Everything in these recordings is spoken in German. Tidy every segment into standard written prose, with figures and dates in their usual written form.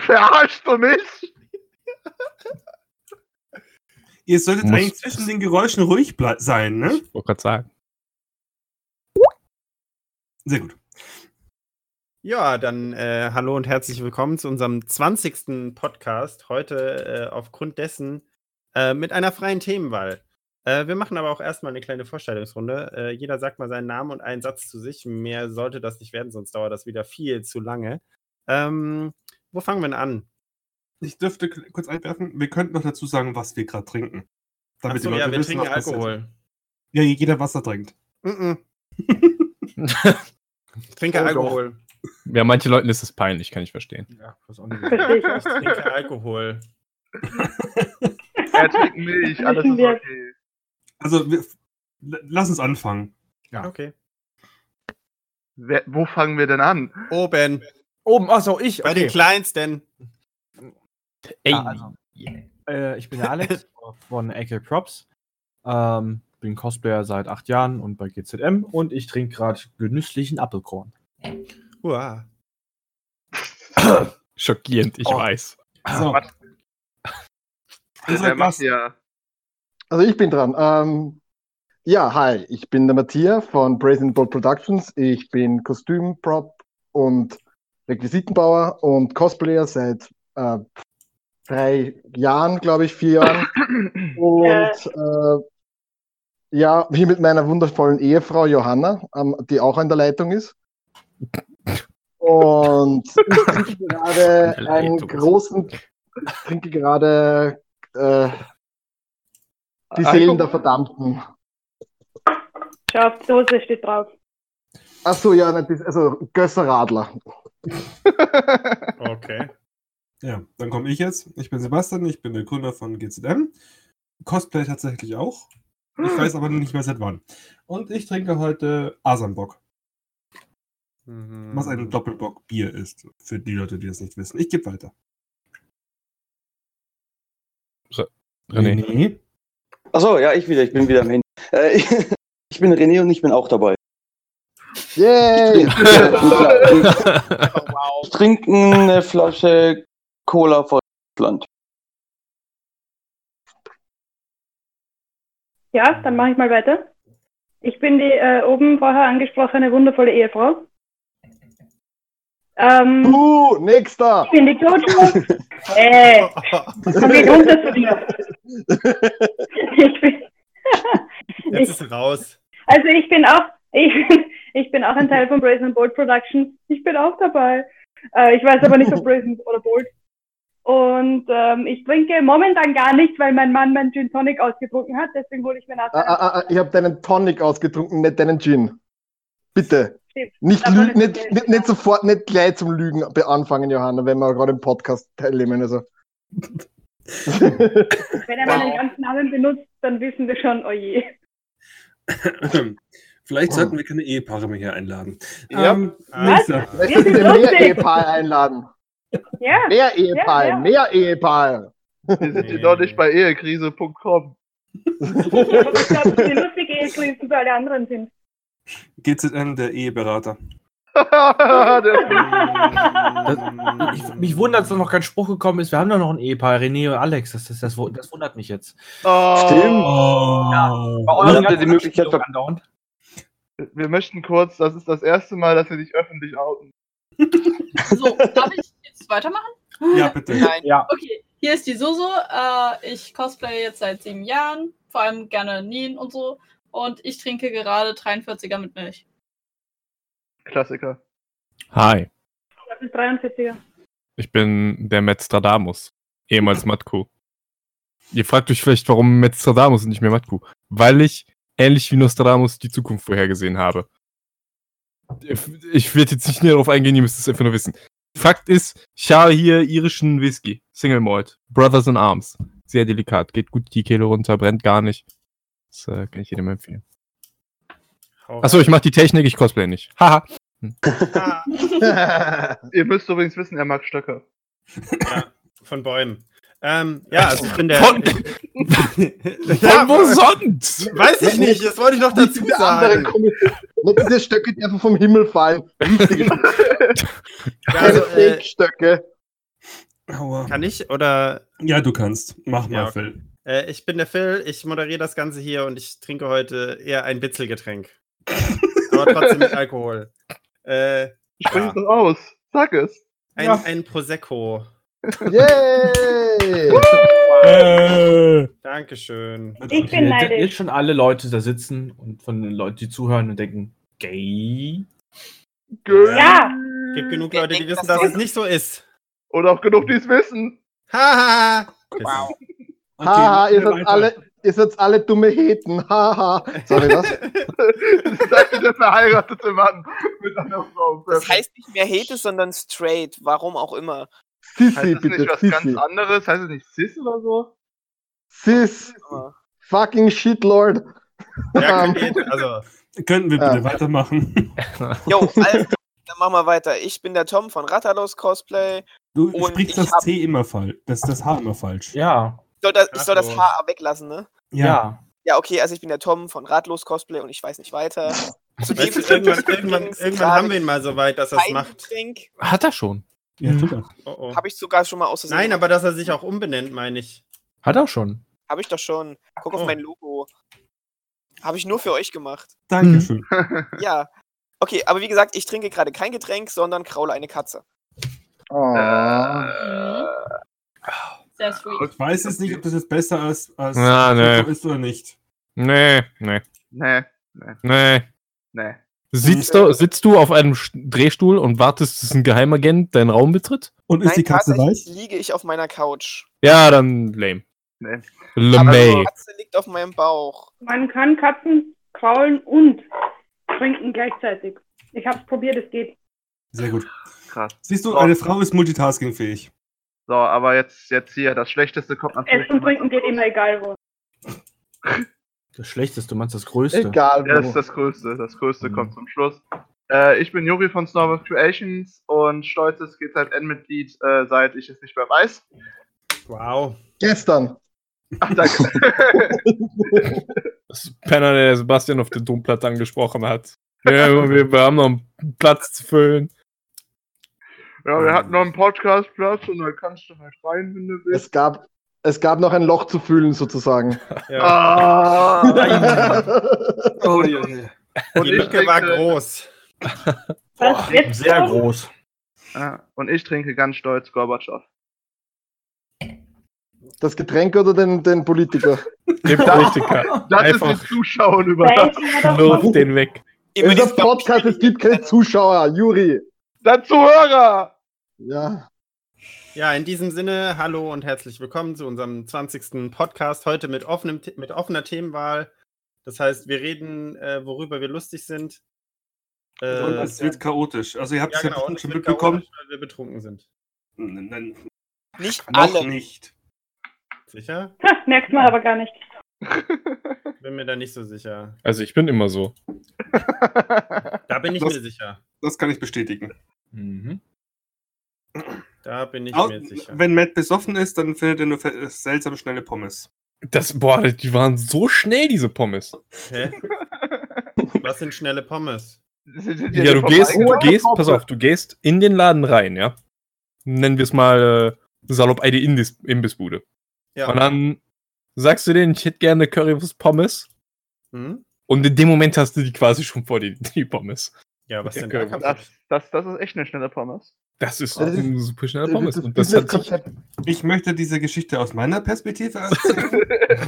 Verarschst du mich? Ihr solltet eigentlich zwischen den Geräuschen ruhig sein, ne? Ich wollte gerade sagen. Sehr gut. Ja, dann hallo und herzlich willkommen zu unserem 20. Podcast. Heute aufgrund dessen mit einer freien Themenwahl. Wir machen aber auch erstmal eine kleine Vorstellungsrunde. Jeder sagt mal seinen Namen und einen Satz zu sich. Mehr sollte das nicht werden, sonst dauert das wieder viel zu lange. Wo fangen wir denn an? Ich dürfte kurz einwerfen, wir könnten noch dazu sagen, was wir gerade trinken. Damit Achso, die Leute ja, wir wissen, trinken was passiert. Alkohol. Ja, jeder Wasser trinkt. Ich trinke Alkohol. Ja, manchen Leuten ist es peinlich, kann ich verstehen. Ja, was auch nicht. Ich trinke Alkohol. Er trinkt Milch, alles ist okay. Also, lass uns anfangen. Ja. Okay. Wo fangen wir denn an? Oben. Oben, achso, ich. Bei den Kleinsten. Ey, Ja, also, ich bin der Alex von AK Props. Bin Cosplayer seit 8 Jahren und bei GZM und ich trinke gerade genüsslichen Apfelkorn. Uah. schockierend, ich weiß. So. Was? Unser Gast. Ja. Also ich bin dran. Ja, hi, ich bin der Matthias von Brazen Bolt Productions. Ich bin Kostümprop und Requisitenbauer und Cosplayer seit 3 Jahren, glaube ich, 4 Jahren. Und ja, hier mit meiner wundervollen Ehefrau Johanna, die auch in der Leitung ist. Und ich trinke gerade die Seelen der Verdammten. Schau, auf die Dose steht drauf. Achso, ja, also Gösser-Radler. Okay. Ja, dann komme ich jetzt. Ich bin Sebastian, ich bin der Gründer von GZM. Cosplay tatsächlich auch. Ich weiß aber nicht mehr seit wann. Und ich trinke heute Asambock, was ein Doppelbock-Bier ist, für die Leute, die das nicht wissen. Ich gebe weiter. René. Achso, ja, ich bin wieder am Handy. Ich bin René und ich bin auch dabei. Yay! Ich trinke eine Flasche Cola von Land. Ja, dann mache ich mal weiter. Ich bin die oben vorher angesprochene wundervolle Ehefrau. Nächster! Ich bin die Jojo. Komm ich runter zu dir. Jetzt ist raus. Also ich bin auch ein Teil von Brazen Bolt Productions. Ich bin auch dabei. Ich weiß aber nicht, ob Brazen oder Bolt. Und ich trinke momentan gar nichts, weil mein Mann meinen Gin Tonic ausgetrunken hat. Deswegen hole ich mir nachher. Ich habe deinen Tonic ausgetrunken, nicht deinen Gin. Bitte. Stimmt. Nicht sofort, nicht gleich zum Lügen anfangen, Johanna, wenn wir gerade im Podcast teilnehmen. Also. Wenn er meinen ganzen Namen benutzt, dann wissen wir schon, oh je. Vielleicht sollten wir keine Ehepaare mehr hier einladen. Ja. Nächster. Vielleicht sollten wir mehr Ehepaare einladen. Ja. Mehr Ehepaare, Ja. mehr Ehepaare. Wir sind hier doch nicht bei ehekrise.com. Ich glaube, die lustige Ehekrisen für alle anderen sind. GZM, der Eheberater. Mich wundert, dass noch kein Spruch gekommen ist. Wir haben doch noch ein Ehepaar, René und Alex. Das wundert mich jetzt. Stimmt. Ja. Bei euren Habt ihr die Möglichkeit andauernd. Wir möchten kurz, das ist das erste Mal, dass wir dich öffentlich outen. So, darf ich jetzt weitermachen? Ja, bitte. Nein. Ja. Okay, hier ist die Soso. Ich cosplay jetzt seit 7 Jahren. Vor allem gerne nähen und so. Und ich trinke gerade 43er mit Milch. Klassiker. Hi, Das ist 43er. ich bin der Metstradamus, ehemals Matku. Ihr fragt euch vielleicht, warum Metstradamus und nicht mehr Matku. Weil ich, ähnlich wie Nostradamus, die Zukunft vorhergesehen habe. Ich werde jetzt nicht näher darauf eingehen, ihr müsst es einfach nur wissen. Fakt ist, ich habe hier irischen Whisky, Single Malt, Brothers in Arms. Sehr delikat, geht gut die Kehle runter, brennt gar nicht. Das kann ich jedem empfehlen. Achso, ich mach die Technik, ich cosplay nicht. Haha. Ihr müsst übrigens wissen, er mag Stöcke. Ja, von Bäumen. Ja, also ich bin der. Von wo sonst? Weiß ich nicht, das wollte ich noch dazu sagen. Nicht diese Stöcke, die einfach vom Himmel fallen. Ja, also, Fake-Stöcke. Aua. Kann ich oder? Ja, du kannst. Mach mal, Ja, Phil. Ich bin der Phil, ich moderiere das Ganze hier und ich trinke heute eher ein Bitzelgetränk. Aber trotzdem mit Alkohol. Sprich es doch aus. Sag es. Ein Prosecco. Yay! Dankeschön. Ich bin neidisch. Jetzt schon alle Leute da sitzen und von den Leuten, die zuhören und denken, gay. Ja, Gibt genug Leute, die wissen, das dass es nicht so ist. Oder auch genug, die es wissen. Haha. Wow. Haha, ihr weiter. seid alle dumme Heten. Haha. Sorry, was? Sagt der verheiratete Mann mit einer Frau. Das heißt nicht mehr Hete, sondern straight. Warum auch immer. Sissi, heißt es bitte, nicht was Sissi. ganz anderes? Heißt es nicht Sis oder so? Sis, fucking shitlord. Ja, also, Könnten wir bitte weitermachen? Jo, also, dann machen wir weiter. Ich bin der Tom von Rattalos Cosplay. Du Und sprichst ich das hab- T immer falsch. Das H immer falsch. Ja. Ich soll das H weglassen, ne? Ja. Ja, okay, also ich bin der Tom von Ratlos Cosplay und ich weiß nicht weiter. Zudem weißt du, irgendwann haben wir ihn mal so weit, dass er es kein macht. Getränk. Hat er schon. Ja, tut er. Oh, oh. Habe ich sogar schon mal aus Versehen Nein, gemacht. aber dass er sich auch umbenennt, meine ich. Hat er schon. Habe ich doch schon. Guck auf Oh. mein Logo. Habe ich nur für euch gemacht. Dankeschön. Ja. Okay, aber wie gesagt, ich trinke gerade kein Getränk, sondern kraule eine Katze. Oh. Sehr sweet. Ich weiß jetzt nicht, ob das jetzt besser als Ja, nee. ist oder nicht. Nee. Sitzt du auf einem Drehstuhl und wartest, dass ein Geheimagent deinen Raum betritt? Und ist die Katze tatsächlich weiß? liege ich auf meiner Couch. Ja, dann lame. Nee. Aber LeMay. die Katze liegt auf meinem Bauch. man kann Katzen kraulen und trinken gleichzeitig. Ich habe es probiert, es geht. Sehr gut. Krass. Siehst du, eine Frau ist multitaskingfähig. So, aber jetzt hier, das Schlechteste kommt natürlich. Essen und trinken geht immer egal wo. Das Schlechteste, du meinst das Größte. Egal, Ja, das ist wo. das Größte. Das Größte kommt zum Schluss. Ich bin Juri von Snowball Creations und stolzes GZN-Mitglied, seit ich es nicht mehr weiß. Wow. Gestern. Ach, danke. Das ist Penner, der Sebastian auf der Domplatz angesprochen hat. Ja, wir haben noch einen Platz zu füllen. Ja, wir hatten noch einen Podcastplatz und da kannst du halt rein, wenn du willst. Es gab noch ein Loch zu fühlen, sozusagen. Ja. Ah, Oh, und Die ich Lücke war trinke, groß. Was jetzt Sehr kommt? groß. und ich trinke ganz stolz Gorbatschow. Das Getränk oder den Politiker? Den Politiker. Das Einfach ist den Zuschauern überlassen. Welchen hat er wirf gemacht? den weg. Immer Es ist dieses ein Podcast, es gibt keine Zuschauer, Juri. Der Zuhörer! Ja. Ja, in diesem Sinne, hallo und herzlich willkommen zu unserem 20. Podcast. Heute mit offener Themenwahl. Das heißt, wir reden, worüber wir lustig sind. Und es wird chaotisch. Also ihr habt ja, es ja genau, bestimmt es schon wird mitbekommen. chaotisch, weil wir betrunken sind. Nein, Nicht noch alle. nicht. Sicher? Ha, merkt man aber gar nicht. Bin mir da nicht so sicher. Also ich bin immer so. Da bin ich Das- mir sicher. Das kann ich bestätigen. Mhm. Da bin ich Au- mir sicher. Wenn Matt besoffen ist, dann findet er nur seltsam schnelle Pommes. Die waren so schnell, diese Pommes. Hä? Was sind schnelle Pommes? Ja, du gehst, pass auf, du gehst in den Laden rein, ja. Nennen wir es mal salopp eine Imbissbude. Ja. Und dann sagst du denen, ich hätte gerne Currywurst Pommes. Hm? Und in dem Moment hast du die quasi schon vor die Pommes. Ja, was Ja, denn da Currywurst. kaputt? Das ist echt eine schnelle Pommes. Das ist Das ist- eine super schnelle Pommes. Das Und das hat sich, Businesskonzept. Ich möchte diese Geschichte aus meiner Perspektive erzählen.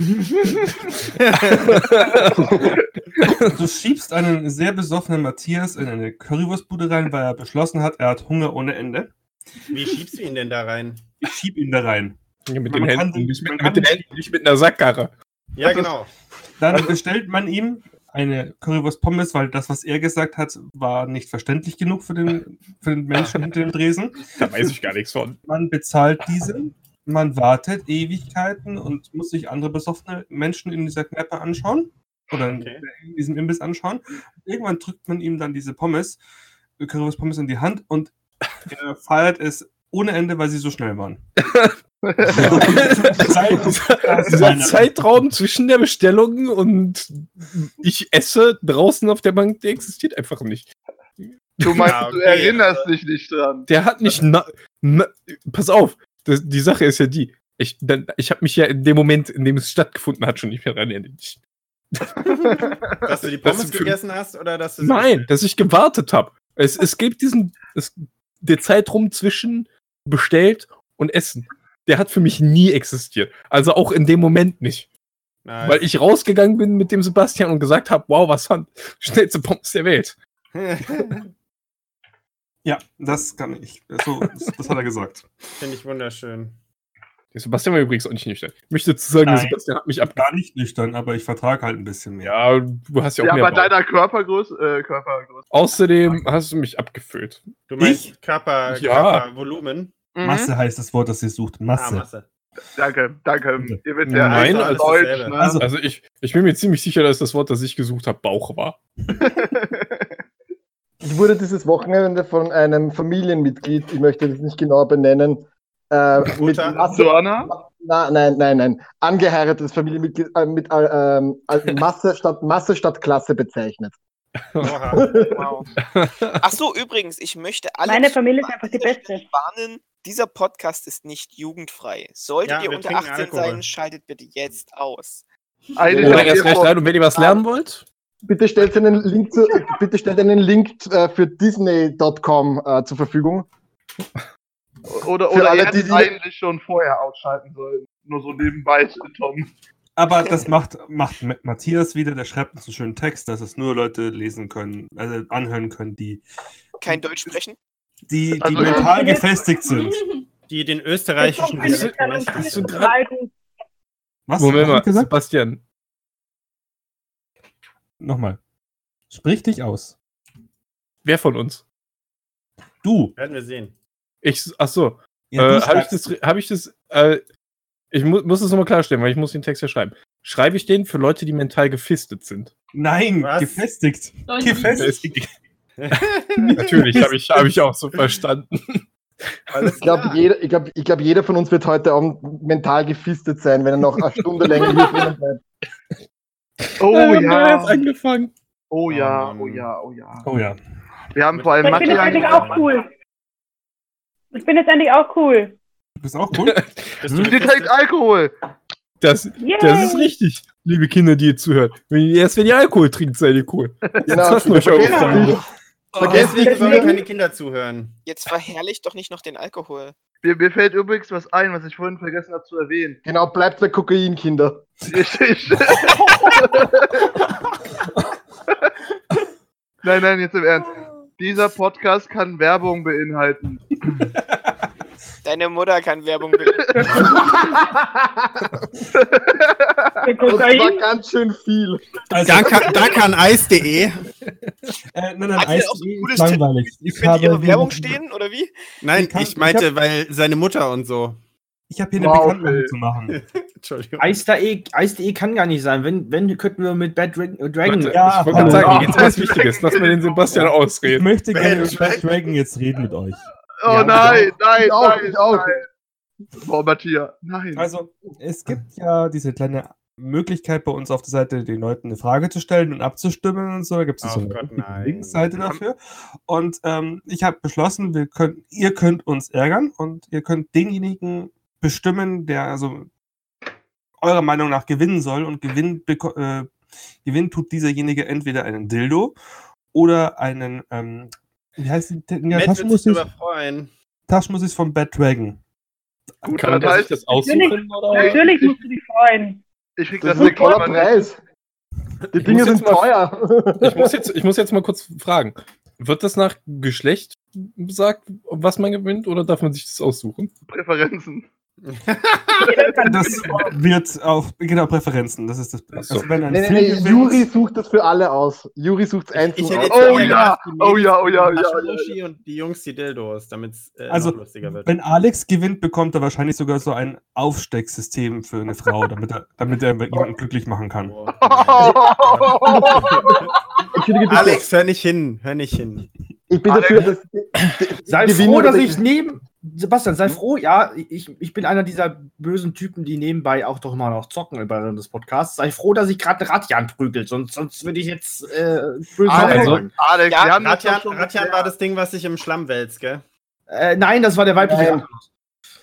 Du schiebst einen sehr besoffenen Matthias in eine Currywurstbude rein, weil er beschlossen hat, er hat Hunger ohne Ende. Wie schiebst du ihn denn da rein? Ich schieb ihn da rein. mit Man den kann Händen, den- nicht man mit kann den den- Händen, nicht mit einer Sackkarre. Ja, Also- genau. Dann bestellt man ihm eine Currywurst Pommes, weil das, was er gesagt hat, war nicht verständlich genug für den Menschen hinter dem Tresen. Da weiß ich gar nichts von. Man bezahlt diese, man wartet Ewigkeiten und muss sich andere besoffene Menschen in dieser Kneipe anschauen oder Okay. in diesem Imbiss anschauen. Irgendwann drückt man ihm dann diese Currywurst Pommes in die Hand und er feiert es ohne Ende, weil sie so schnell waren. Dieser Zeitraum zwischen der Bestellung und ich esse draußen auf der Bank, der existiert einfach nicht. Du meinst, Ja, okay, du erinnerst dich nicht dran. Der hat nicht. Pass auf, die Sache ist ja die, ich habe mich ja in dem Moment, in dem es stattgefunden hat, schon nicht mehr daran erinnert. Dass du die Pommes gegessen hast oder dass du Nein, dass ich gewartet habe. Es gibt der Zeitraum zwischen bestellt und essen. Der hat für mich nie existiert. Also auch in dem Moment nicht. Nice. Weil ich rausgegangen bin mit dem Sebastian und gesagt habe, wow, was waren schnellste Pommes der Welt. Ja, das kann ich. So, das hat er gesagt. Finde ich wunderschön. Der Sebastian war übrigens auch nicht nüchtern. Ich möchte dazu sagen, der Nein. Sebastian hat mich Gar nicht nüchtern, aber ich vertrage halt ein bisschen mehr. Ja, du hast ja auch Ja, mehr bei Bauch. deiner Körpergröße. Außerdem hast du mich abgefüllt. Du meinst Ich? Körpervolumen? Masse heißt das Wort, das ihr sucht. Masse. Masse. Danke. Bitte. Ihr wisst ja Nein, alles also Deutsch, dasselbe. ne? Also- Also ich bin mir ziemlich sicher, dass das Wort, das ich gesucht habe, Bauch war. Ich wurde dieses Wochenende von einem Familienmitglied, ich möchte das nicht genauer benennen, mit Mutter? Masse, nein, angeheiratetes Familienmitglied mit als Masse statt Klasse bezeichnet. Oha. Wow. Ach so, übrigens, ich möchte alle Meine Familie ist einfach die beste. warnen, dieser Podcast ist nicht jugendfrei. Solltet Ja, ihr wir unter trinken 18 Alkohol. sein, schaltet bitte jetzt aus. Eigentlich Oder habt erst ihr recht vor- rein. Und wenn ihr was lernen wollt, Bitte stellt einen Link, für Disney.com zur Verfügung. Oder Für alle, ihr hättet die- eigentlich schon vorher ausschalten sollen. Nur so nebenbei, Tom. Aber das macht Matthias wieder, der schreibt uns einen schönen Text, dass es nur Leute lesen können, also anhören können, die Kein Deutsch sprechen? Also- mental gefestigt sind. Die den österreichischen Jetzt Dialekt kommt bemächtigen. Hast du können. Halten. Was? Moment Was mal, hab ich gesagt? Sebastian, Nochmal. Sprich dich aus. wer von uns? Du. Werden wir sehen. Ach so. Ja, du Habe ich das, ich muss das nochmal klarstellen, weil ich muss den Text ja schreiben. Schreibe ich den für Leute, die mental gefistet sind? Nein, Was? gefestigt. Leute, Gefestigt. Natürlich, habe ich auch so verstanden. Alles Ich glaube, klar. jeder von uns wird heute Abend mental gefistet sein, wenn er noch eine Stunde länger hier drinnen bleibt. Oh Er ja. hat's angefangen. Oh ja, Mann. oh ja, oh ja. Oh ja. Wir haben vor allem Ich bin jetzt Matti endlich auch cool. Ich bin jetzt endlich auch cool. Du bist auch cool. Bist Die gefestigt? trinkt Alkohol. Das Yay. ist richtig, liebe Kinder, die ihr zuhört. Erst wenn ihr Alkohol trinkt, seid ihr cool. Genau. Lassen euch eure Freunde. Deswegen sollen wir keine Kinder zuhören. Jetzt verherrlicht doch nicht noch den Alkohol. Mir fällt übrigens was ein, was ich vorhin vergessen habe zu erwähnen. Genau, bleibt bei Kokain, Kinder. Richtig. Nein, jetzt im Ernst. Dieser Podcast kann Werbung beinhalten. Deine Mutter kann Werbung bilden. Und zwar ganz schön viel. Also, Da kann Eis.de. nein, Hat Eis ihr auch so ein ist cooles langweilig. Könnt ihre Werbung stehen, oder wie? Nein, Ich ich meinte, weil seine Mutter und so. Ich habe hier eine Wow, Bekanntmachung Phil. zu machen. Entschuldigung. Ice.de kann gar nicht sein. Wenn könnten wir mit Bad Dragon. Warte, Ja, ich wollte gerade hallo. sagen, jetzt was Wichtiges. Lass mal den Sebastian Ich ausreden. möchte gerne Bad über Bad Dragon jetzt reden mit euch. Oh Ja, nein, nein, ich auch, nein, ich auch. nein. Boah, Matthias, nein. Also, es gibt ja diese kleine Möglichkeit bei uns auf der Seite, den Leuten eine Frage zu stellen und abzustimmen und so. Da gibt es Ach so eine Gott, nein. Linksseite dafür. Und ich habe beschlossen, ihr könnt uns ärgern und ihr könnt denjenigen bestimmen, der also eurer Meinung nach gewinnen soll. Und gewinnen tut dieserjenige entweder einen Dildo oder einen, wie heißt die? Ja, Matt wird sich drüber freuen. Taschenmusik von Bad Dragon. Gut, Kann das der sich heißt, das aussuchen? Oder? Natürlich musst du dich freuen. ich krieg Das das ist ein nicht toller mal- Preis. Die Dinge muss jetzt sind mal- teuer. Ich muss jetzt mal kurz fragen. Wird das nach Geschlecht gesagt, was man gewinnt, oder darf man sich das aussuchen? Präferenzen. Jeder kann Das wird auf, genau, Präferenzen. Das ist das. Ach so. Also wenn ein Nee, Film gewinnt- Juri sucht das für alle aus. Juri sucht es einzeln Ich hätte aus. jetzt Oh eher ja, gedacht, die oh ja, oh ja, Mädels ja, kriegen ja, Taschenmuschi und die Jungs die Dildos, damit es Also, noch lustiger wird. wenn Alex gewinnt, bekommt er wahrscheinlich sogar so ein Aufstecksystem für eine Frau, damit er jemanden glücklich machen kann. Oh, Entschuldige bitte. Alex, hör nicht hin, hör nicht hin. Ich bin Alex. dafür, dass Sei Gewinner froh, dass oder- ich neben. Sebastian, sei froh, ja, ich bin einer dieser bösen Typen, die nebenbei auch doch mal noch zocken während des Podcasts. Sei froh, dass ich gerade Ratjan prügelt, sonst würde ich jetzt böse Alex, sagen. Alex, Ja, wir haben das doch Ratjan schon war das Ding, was sich im Schlamm wälzt, gell? Nein, das war der weibliche Nein. Abschluss.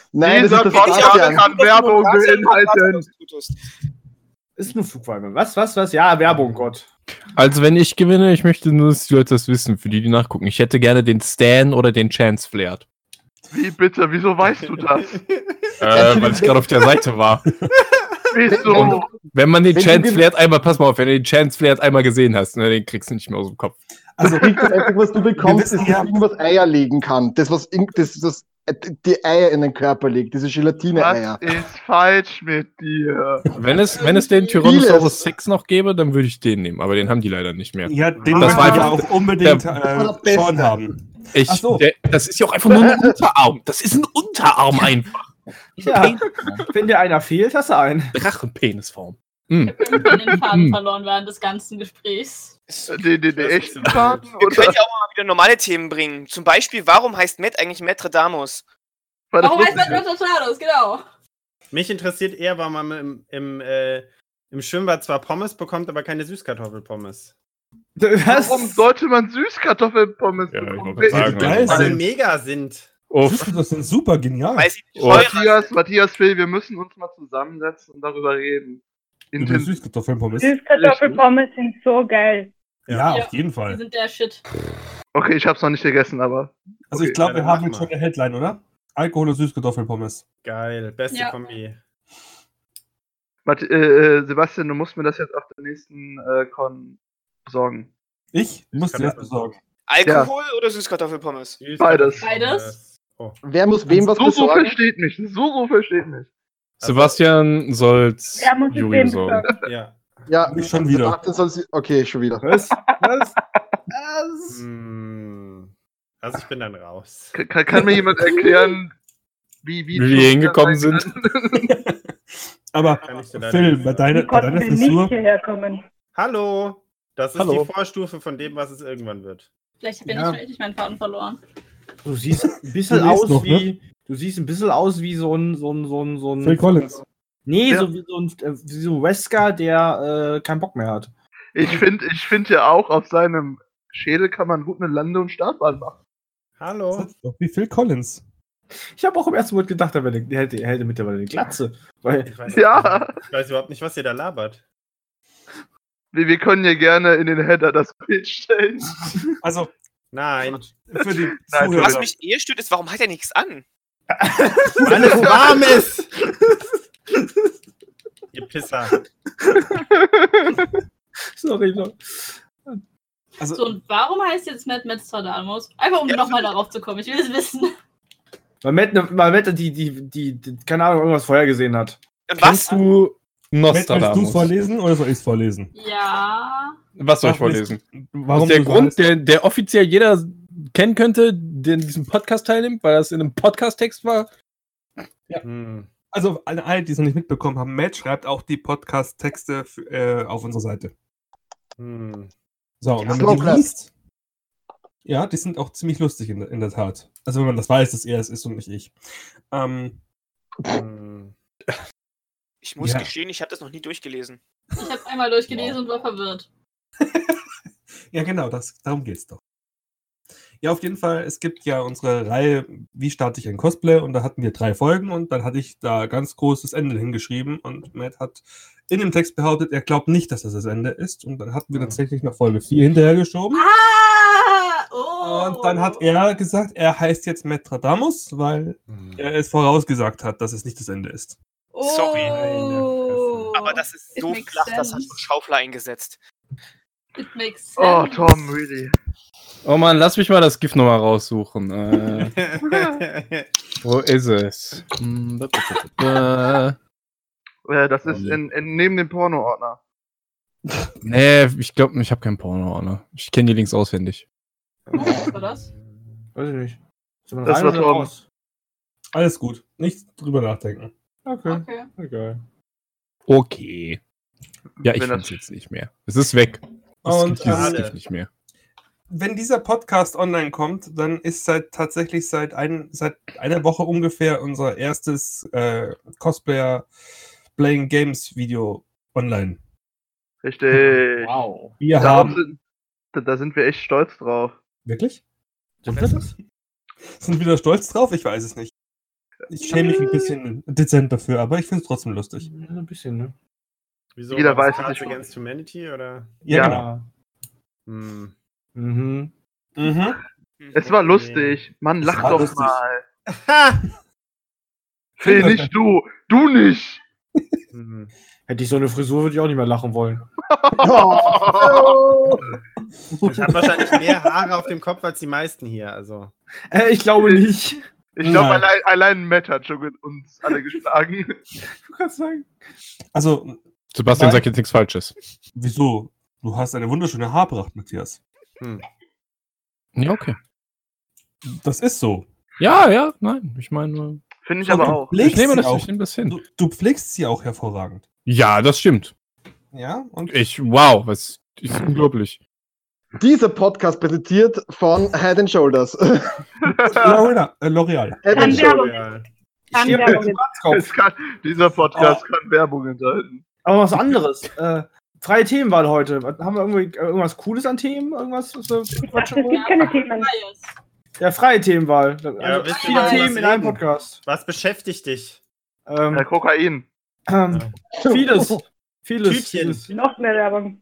Nein, das Dieser ist das Podcast Sebastian. kann Werbung beinhalten. Ist nur Flugwerbung. Was? Ja, Werbung, Gott. Also wenn ich gewinne, ich möchte nur, dass die Leute das wissen, für die nachgucken. Ich hätte gerne den Stan oder den Chance Flared. Wie bitte? Wieso weißt du das? Weil ich gerade auf der Seite war. Wieso? Wenn man den Wenn Chance du Flared einmal, pass mal auf, wenn du den Chance Flared einmal gesehen hast, ne, den kriegst du nicht mehr aus dem Kopf. Also das Einzige, was du bekommst, Wir ist, wissen dass ja- irgendwas Eier legen kann. Das, was die Eier in den Körper legt, diese Was Gelatine-Eier. ist falsch mit dir? Wenn es den Tyrannosaurus 6 noch gäbe, dann würde ich den nehmen, aber den haben die leider nicht mehr. Ja, den Das das war wir einfach- auch unbedingt war der schon Beste. haben. Ich, Ach so. Das ist ja auch einfach nur ein Unterarm. Das ist ein Unterarm einfach. Ja, wenn dir einer fehlt, hast du einen. Drachenpenisform. Ich habe irgendwie den Faden verloren während des ganzen Gesprächs. Den echten Faden? Wir können Oder? ja auch mal wieder normale Themen bringen. Zum Beispiel, warum heißt Matt eigentlich Metradamus? War das Warum heißt lustig? man Nototados? Genau. Mich interessiert eher, warum man im Schwimmbad zwar Pommes bekommt, aber keine Süßkartoffelpommes. Warum sollte man Süßkartoffelpommes Ja, ich bekommen? wollte sagen, geil Weil sie sind. mega sind. Uff. Das sind super genial. Weil sie nicht Oh. teurer sind. Matthias, Phil, wir müssen uns mal zusammensetzen und darüber reden. Mit Intensiv. Süßkartoffelpommes. Süßkartoffelpommes sind so geil. Ja, Ja. auf jeden Die Fall. sind der Shit. Okay, ich hab's noch nicht gegessen, aber. Also Okay, ich glaube, dann wir haben mach jetzt mal. schon eine Headline, oder? Alkohol und Süßkartoffelpommes. Geil, beste Ja. Kombi. Sebastian, du musst mir das jetzt auf der nächsten Con besorgen. Ich muss dir das besorgen. Alkohol oder Süßkartoffelpommes? Beides. Beides? Oh. Wer muss wem was So besorgen? versteht mich. So versteht mich. Sebastian soll's Ja, muss ich Juri dem besorgen. besorgen. Ja. Ja, Nicht schon wieder. Sebastian soll sie. Okay, schon wieder. Was? Also ich bin dann raus. Kann mir jemand erklären, wie Wie wir hingekommen sind? Aber Kann ich dir leider Phil, nicht bei sagen. deiner Die konnten nicht Frisur, hierher kommen. Hallo! Das ist Hallo. die Vorstufe von dem, was es irgendwann wird. Vielleicht habe Ja. ich meinen Faden verloren. Du siehst ein bisschen Du liest aus noch, wie. Du siehst ein bisschen aus wie so ein. Phil Collins. Nee, Ja. so wie so ein Wesker, der keinen Bock mehr hat. Ich find ja auch, auf seinem Schädel kann man gut eine Lande- und Startbahn machen. Hallo! Das ist doch wie Phil Collins. Ich habe auch im ersten Moment gedacht, er hätte mittlerweile eine Glatze. Weil, Ich weiß, Ja. ich weiß überhaupt nicht, was ihr da labert. Wir können ja gerne in den Header das Bild stellen. Also, Nein. für die Nein, Zuhörer. Was mich eher stört, ist, warum hat er nichts an? Weil es warm ist! Ihr Pisser. sorry, sorry. Also, So, und warum heißt jetzt Matt Metzadamus? Einfach um Ja, nochmal darauf zu kommen. Ich will es wissen. Weil Matt die, keine Ahnung, irgendwas vorher gesehen hat. Und was? Kennst du Matt, willst du Nostradamus? vorlesen oder soll ich es vorlesen? Ja. Was soll ich Warum vorlesen? Warum der du so Grund, heißt? der offiziell jeder kennen könnte, der in diesem Podcast teilnimmt, weil das in einem Podcast-Text war? Also, alle, die es noch nicht mitbekommen haben, Matt schreibt auch die Podcast-Texte auf unserer Seite. So, und wenn man die Slow liest, ja, die sind auch ziemlich lustig in der Tat. Also, wenn man das weiß, dass er es ist und nicht ich. Ich muss Ja. gestehen, ich habe das noch nie durchgelesen. Ich habe es einmal durchgelesen und war verwirrt. Ja, genau, darum geht's doch. Ja, auf jeden Fall, es gibt ja unsere Reihe, wie starte ich ein Cosplay? Und da hatten wir 3 Folgen und dann hatte ich da ganz großes Ende hingeschrieben und Matt hat in dem Text behauptet, er glaubt nicht, dass das Ende ist. Und dann hatten wir tatsächlich noch Folge 4 hinterhergeschoben. Ah! Oh! Und dann hat er gesagt, er heißt jetzt Metradamus, weil er es vorausgesagt hat, dass es nicht das Ende ist. Sorry. Oh. Aber das ist It so makes flach, das hat sense. schon Schaufler eingesetzt. It makes sense. Oh, Tom, really. Oh Mann, lass mich mal das GIF nochmal raussuchen. Wo ist es? Das ist neben dem Porno-Ordner. Nee, ich glaube, ich habe keinen Porno-Ordner. Ich kenne die Links auswendig. Was war das? Weiß ich nicht. Soll man Das rein war oder Tom. raus? Alles gut, nicht drüber nachdenken. Okay, Okay. egal. Okay. Ja, ich Wenn finde das- es jetzt nicht mehr. Es ist weg. Es Und, gibt dieses schade. GIF nicht mehr. Wenn dieser Podcast online kommt, dann ist tatsächlich seit einer Woche ungefähr unser erstes Cosplayer Playing Games Video online. Richtig. Wow. Wir Darauf haben. da sind wir echt stolz drauf. Wirklich? Sind wir das? Sind wir da stolz drauf? Ich weiß es nicht. Ich schäme mich ein bisschen dezent dafür, aber ich finde es trotzdem lustig. Ja, ein bisschen, ne? Wieso? Jeder war das weiß, dass Cards ich- Against Humanity oder? Ja, Ja. genau. Hm. Mhm. Mhm. Es war lustig. Mann, lach war doch lustig. mal. Ha! Phil, nicht du. Du nicht. Hm. Hätte ich so eine Frisur, würde ich auch nicht mehr lachen wollen. Ich habe wahrscheinlich mehr Haare auf dem Kopf als die meisten hier. Also. Ich glaube nicht. Ich glaube, Nein. allein Matt hat schon uns alle geschlagen. Du kannst sagen. Also, Sebastian Nein. sagt jetzt nichts Falsches. wieso? Du hast eine wunderschöne Haarpracht, Matthias. Hm. Ja, okay. Das ist so. Ja, nein. Ich meine, Finde ich Und aber du auch. pflegst ich nehme sie das, auch. ich nehme das hin. Du pflegst sie auch hervorragend. Ja, das stimmt. Ja, und Wow, was ist unglaublich. Dieser Podcast präsentiert von Head and Shoulders. L'Oreal. Head Kann and Werbung. Shoulders. Real. Ich stehe Werbung. auf dem Kopf. Dieser Podcast kann Werbung enthalten. Aber was anderes. Freie Themenwahl heute. Haben wir irgendwas Cooles an Themen? Irgendwas? Was wir Ich dachte, quatschen es wollen? gibt keine Themen. Freies. Ja, freie Themenwahl. Also willst du viele mal Themen was in einem reden? Podcast. Was beschäftigt dich? Kokain. Vieles. Tütchen. Vieles. Noch mehr Werbung.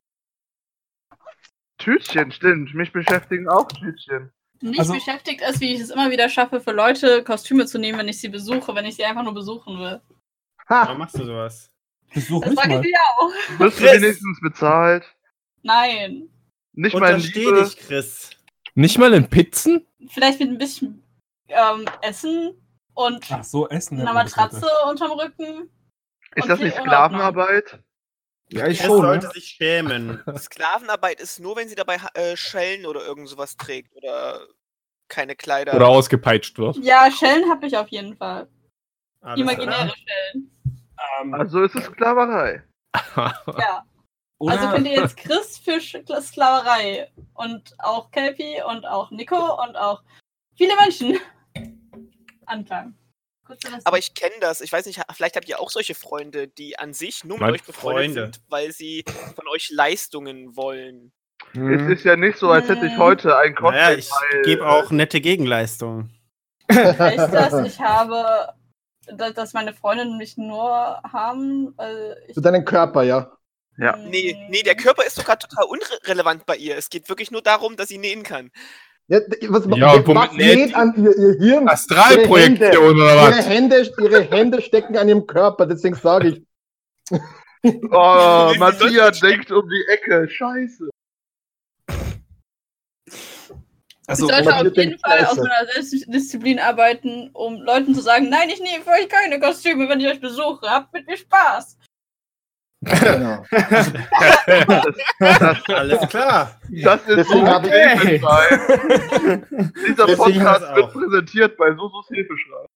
Tütchen, stimmt. Mich beschäftigen auch Tütchen. Mich Also- beschäftigt es, wie ich es immer wieder schaffe, für Leute Kostüme zu nehmen, wenn ich sie besuche, wenn ich sie einfach nur besuchen will. Warum machst du sowas? Besuch Das mich frage ich mal. mich auch. Wirst du Chris. wenigstens bezahlt? Nein. Nicht mal in Untersteh Liebe. dich, Chris. Nicht mal in Pizzen? Vielleicht mit ein bisschen Essen und Ach so, Essen. einer nennt man das Matratze heute. unterm Rücken. Ist Und das viel nicht Urlaub Sklavenarbeit? Ja, ich Chris schon. sollte Ne? sich schämen. Sklavenarbeit ist nur, wenn sie dabei Schellen oder irgend sowas trägt oder keine Kleider. Oder ausgepeitscht wird? Ja, Schellen habe ich auf jeden Fall. Alles Imaginäre klar. Schellen. Also ist es Sklaverei. Ja. Oder Also könnt ihr jetzt Chris für Sklaverei und auch Kelpie und auch Nico und auch viele Menschen anklagen. Kurz zu wissen. Aber ich kenne das. Ich weiß nicht, vielleicht habt ihr auch solche Freunde, die an sich nur mit Mein euch befreundet Freunde. sind, weil sie von euch Leistungen wollen. Es ist ja nicht so, als hätte ich heute ein Cosplay. Naja, ich gebe auch nette Gegenleistungen. Heißt das, ich habe, dass meine Freundinnen mich nur haben, weil ich. Für deinen Körper, ja. Ja. Nee, der Körper ist sogar total unrelevant bei ihr. Es geht wirklich nur darum, dass sie nähen kann. Ja, was Ja, und womit was näht an ihr Hirn? Astralprojektion oder was? Ihre Hände stecken an ihrem Körper, deswegen sage ich. Oh, Matthias denkt um die Ecke. Scheiße. Also, ich sollte Matthias auf jeden denkt Fall Scheiße. aus meiner Selbstdisziplin arbeiten, um Leuten zu sagen, nein, ich nehme für euch keine Kostüme, wenn ich euch besuche. Habt mit mir Spaß. Genau. Alles klar. Das ist Deswegen so hab ich- Hilfeschrei. Dieser Deswegen Podcast hat's wird auch. präsentiert bei Susus Hilfeschrei.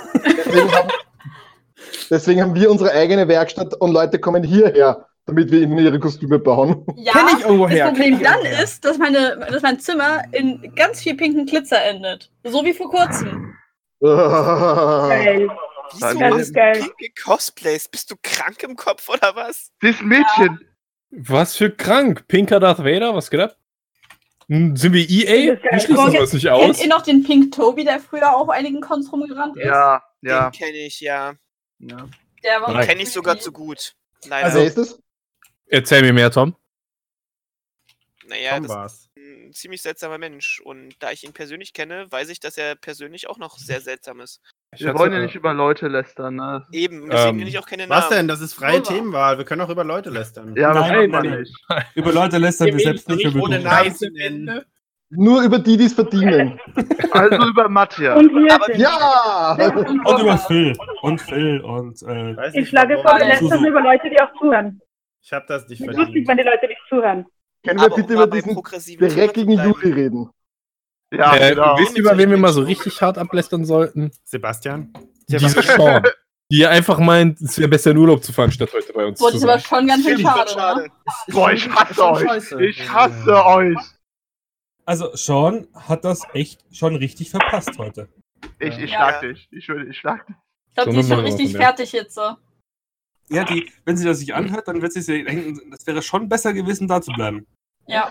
Deswegen haben wir unsere eigene Werkstatt und Leute kommen hierher, damit wir ihnen ihre Kostüme bauen. Ja, Kenn ich irgendwo her. das Problem dann ist, dass mein Zimmer in ganz viel pinken Glitzer endet. So wie vor kurzem. Geil. Wieso Ganz machst du geil. pinke Cosplays? Bist du krank im Kopf oder was? Sie ist ein Mädchen. Was für krank? Pinker Darth Vader? Was geht ab? Sind wir EA? Das ist geil. Wir schließen wir uns nicht Kennt aus. ihr noch den Pink Toby, der früher auf einigen Cons rumgerannt ist? Ja, ja. Den kenne ich, ja. ja. Der war Nein. Kenne ich sogar zu gut. Leider. Also, wer ist es? Erzähl mir mehr, Tom. naja, Tom das war's. ist ein ziemlich seltsamer Mensch. Und da ich ihn persönlich kenne, weiß ich, dass er persönlich auch noch sehr seltsam ist. Wir wollen ja nicht über Leute lästern, ne? Eben, deswegen Ähm, nenne ich auch keine Namen. Was denn? Das ist freie Super. Themenwahl. Wir können auch über Leute lästern. Ja, das Nein, macht man nein, nicht. über Leute lästern wir selbst nicht. wir ohne besuchen. Namen zu nennen. Nur über die, die es verdienen. Also über Matthias. Und wir Aber sind. Ja! Und über Phil. Und Phil und Weiß Ich nicht, schlage warum. vor, wir lästern über Leute, die auch zuhören. Ich hab das nicht Es ist lustig, verdient. wenn die Leute nicht zuhören. Können wir Aber bitte um mal über beim diesen progressiven Thema dreckigen zu bleiben. Juli reden? Ja, genau. Wisst ihr, über wen wir mal so richtig hart ablästern sollten? Sebastian? Diese Sean. Die einfach meint, es wäre besser in Urlaub zu fahren, statt heute bei uns Boah, zu das ist aber sein. schon ganz schön Finde ich voll schade, ne? Boah, ich hasse Schon euch. scheiße. Ich hasse euch. Also, Sean hat das echt schon richtig verpasst heute. Ich Ja. schlag dich. Ich schwöre, ich schlag dich. Ich glaube, So die ist schon Nummer richtig von der. fertig jetzt so. Ja, wenn sie das sich anhört, dann wird sie sich denken, das wäre schon besser gewesen, da zu bleiben. Ja,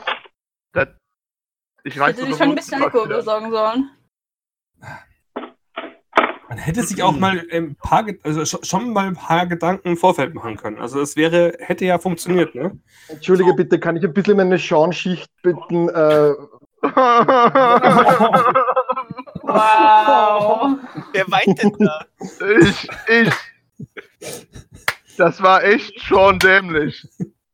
Ich weiß hätte sich schon ein bisschen Alkohol besorgen sollen. Man hätte sich auch mal schon mal ein paar Gedanken im Vorfeld machen können. Also es hätte ja funktioniert, ne? Entschuldige bitte, kann ich ein bisschen meine Sean-Schicht bitten? Wow. Wer weint denn da? Ich. Das war echt schon dämlich.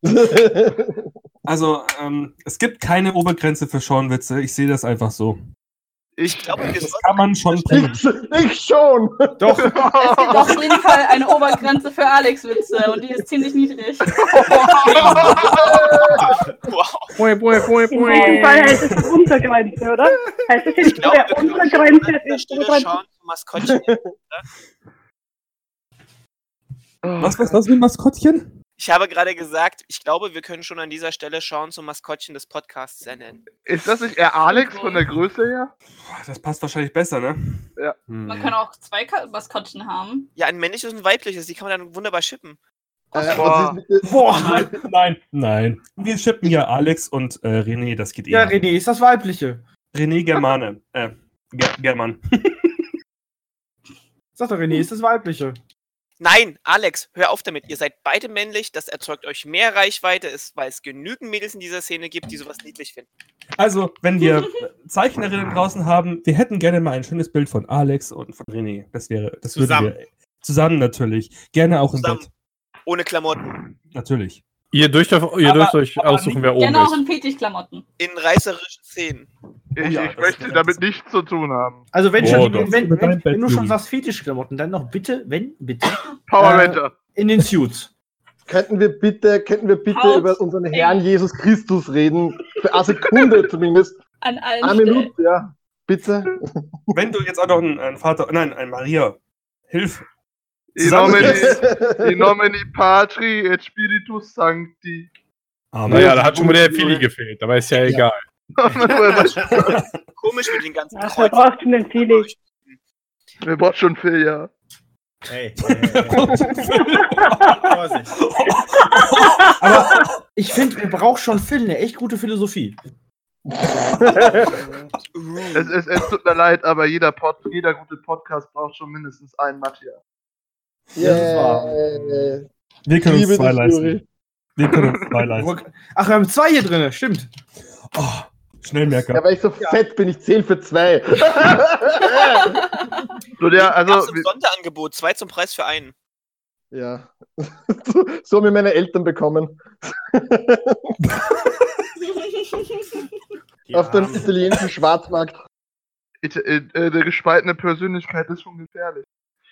Also, es gibt keine Obergrenze für Sean-Witze. Ich sehe das einfach so. Ich glaube, wir Das kann man schon bringen. Ich schon! Doch. Es gibt auf jeden Fall eine Obergrenze für Alex-Witze und die ist ziemlich niedrig. Wow. Bui, bui, bui, In diesem Fall heißt es Untergrenze, oder? Heißt es jetzt glaube, der Untergrenze an der ist Stelle Untergrenze? Sean zum Maskottchen. Was mit Maskottchen? Ich habe gerade gesagt, ich glaube, wir können schon an dieser Stelle Sean zum Maskottchen des Podcasts nennen. Ist das nicht eher Alex von der Größe her? Das passt wahrscheinlich besser, ne? Ja. Man kann auch 2 Maskottchen haben. Ja, ein männliches und ein weibliches, die kann man dann wunderbar shippen. Was ist mit Boah, nein. Wir schippen ja Alex und René, das geht Ja, eh. René ist das Weibliche. René Germane. German. Sag doch, René ist das Weibliche. Nein, Alex, hör auf damit. Ihr seid beide männlich, das erzeugt euch mehr Reichweite, weil es genügend Mädels in dieser Szene gibt, die sowas niedlich finden. Also, wenn wir Zeichnerinnen draußen haben, wir hätten gerne mal ein schönes Bild von Alex und von René. Das Zusammen. würden wir zusammen natürlich. Gerne auch im Zusammen. Bett. Ohne Klamotten. Natürlich. Ihr dürft euch aussuchen, wer oben Gerne auch ist. in Fetischklamotten. In reißerischen Szenen. Ich ja, das möchte wäre damit nichts zu tun haben. Also wenn, Oh, schon, doch. wenn du schon sagst Fetischklamotten, dann noch bitte Power Ranger. in den Suits. Könnten wir bitte Haut über unseren eng. Herrn Jesus Christus reden? Für eine Sekunde zumindest. An allen Eine Stellen. Minute, ja. Bitte. Wenn du jetzt auch noch ein Maria, hilf. In nomine Patri et Spiritus Sancti. Naja, da hat schon mal der Philly gefehlt, aber ist ja egal. Komisch mit den ganzen Ach, wer braucht schon den Felix? Wer braucht schon viel, ja. Hey. Vorsicht. Aber ich finde, wir brauchen schon Phil eine echt gute Philosophie. Es tut mir leid, aber jeder gute Podcast braucht schon mindestens einen Matthias. Ja, das war. Wir können uns Liebe zwei das, leisten. Juri. Wir können uns zwei leisten. Ach, wir haben 2 hier drin, stimmt. Oh, Schnellmerker. Ja, weil ich so fett bin, ich zähle für 2. So, der, also, Gab's ein Sonderangebot, 2 zum Preis für einen. Ja. So haben mir meine Eltern bekommen. Auf dem italienischen Schwarzmarkt. der gespaltene Persönlichkeit ist schon gefährlich.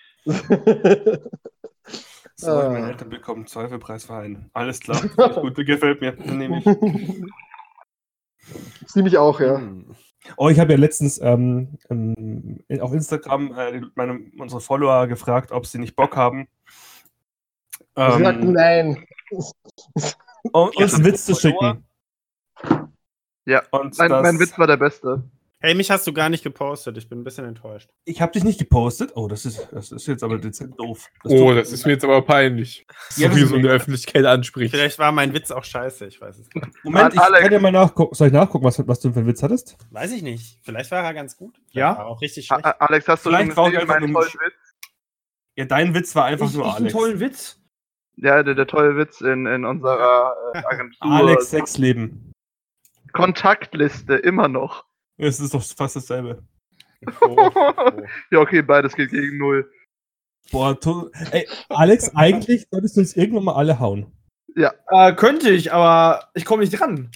So, meine Eltern bekommen Zweifelpreisverein. Alles klar. Gut, gefällt mir. Den nehme ich. Ziemlich auch, ja. Oh, ich habe ja letztens auf Instagram unsere Follower gefragt, ob sie nicht Bock haben, Sie sagten nein. uns einen Witz zu schicken. Ja, Und mein Witz war der beste. Hey, mich hast du gar nicht gepostet. Ich bin ein bisschen enttäuscht. Ich habe dich nicht gepostet. Oh, das ist jetzt aber dezent doof. Das ist mir jetzt aber peinlich. Ja, So wie so in der Öffentlichkeit anspricht. Vielleicht war mein Witz auch scheiße, ich weiß es nicht. Moment, ich Alex. kann ja mal nachgucken. Soll ich nachgucken, was du für einen Witz hattest? Weiß ich nicht. Vielleicht war er ganz gut. Vielleicht Ja? war er auch richtig schlecht. Alex, hast du Vielleicht schon brauche ich gesehen, einfach meinen nur- tollen Witz? Ja, dein Witz war einfach Ich nur einen Alex. tollen Witz. Ja, der tolle Witz in unserer Agentur. Alex Sexleben. Kontaktliste, immer noch. Es ist doch fast dasselbe. Ja, okay, beides geht gegen 0. Boah, ey, Alex, eigentlich solltest du uns irgendwann mal alle hauen. Könnte ich, aber ich komme nicht dran.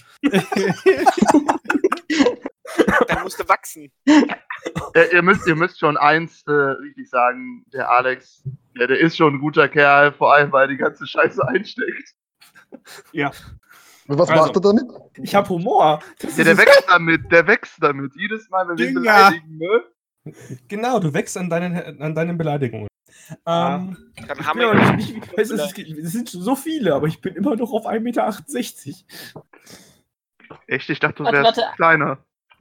Dann musst du wachsen. Ihr müsst schon eins richtig sagen, der Alex, der ist schon ein guter Kerl, vor allem, weil er die ganze Scheiße einsteckt. Ja. Was Also. macht er damit? Ich habe Humor. Ja, der wächst damit. Jedes Mal, wenn wir ihn Dünger. beleidigen, ne? Genau, du wächst an deinen Beleidigungen. Dann Ich haben bin wir aber nicht, weißt du, es sind so viele, aber ich bin immer noch auf 1,68 Meter. Echt? Ich dachte, du Warte, wärst warte. kleiner.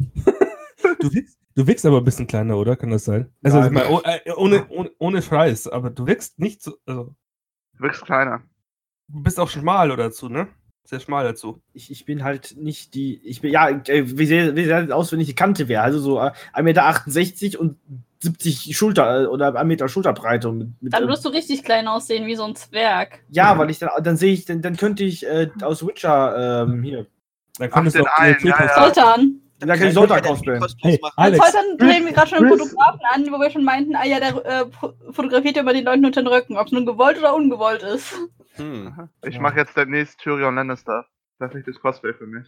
Du wächst aber ein bisschen kleiner, oder? Kann das sein? Also Nein. mal, ohne Scheiß, aber du wächst nicht so. Also, Du wirkst kleiner. du bist auch schmal oder dazu, ne? Sehr schmal dazu. Ich bin halt nicht die. Ich bin, ja, wie sähe das aus, wenn ich die Kante wäre? Also so 1,68 Meter und 70 Schulter oder 1 Meter Schulterbreite. Dann wirst du richtig klein aussehen, wie so ein Zwerg. Ja, weil ich dann könnte ich aus Witcher hier. Dann könntest du den auch einen, DLT ja, ja. cosplayen. Soltan. Dann kann ich Sonntag cosplayen. Hey, Mit Alex, Soltan drehen wir gerade schon einen Chris. Fotografen an, wo wir schon meinten, der fotografiert ja über den Leuten unter den Rücken, ob es nun gewollt oder ungewollt ist. Ich mache jetzt demnächst Tyrion Lannister. Das ist nicht das Cosplay für mich.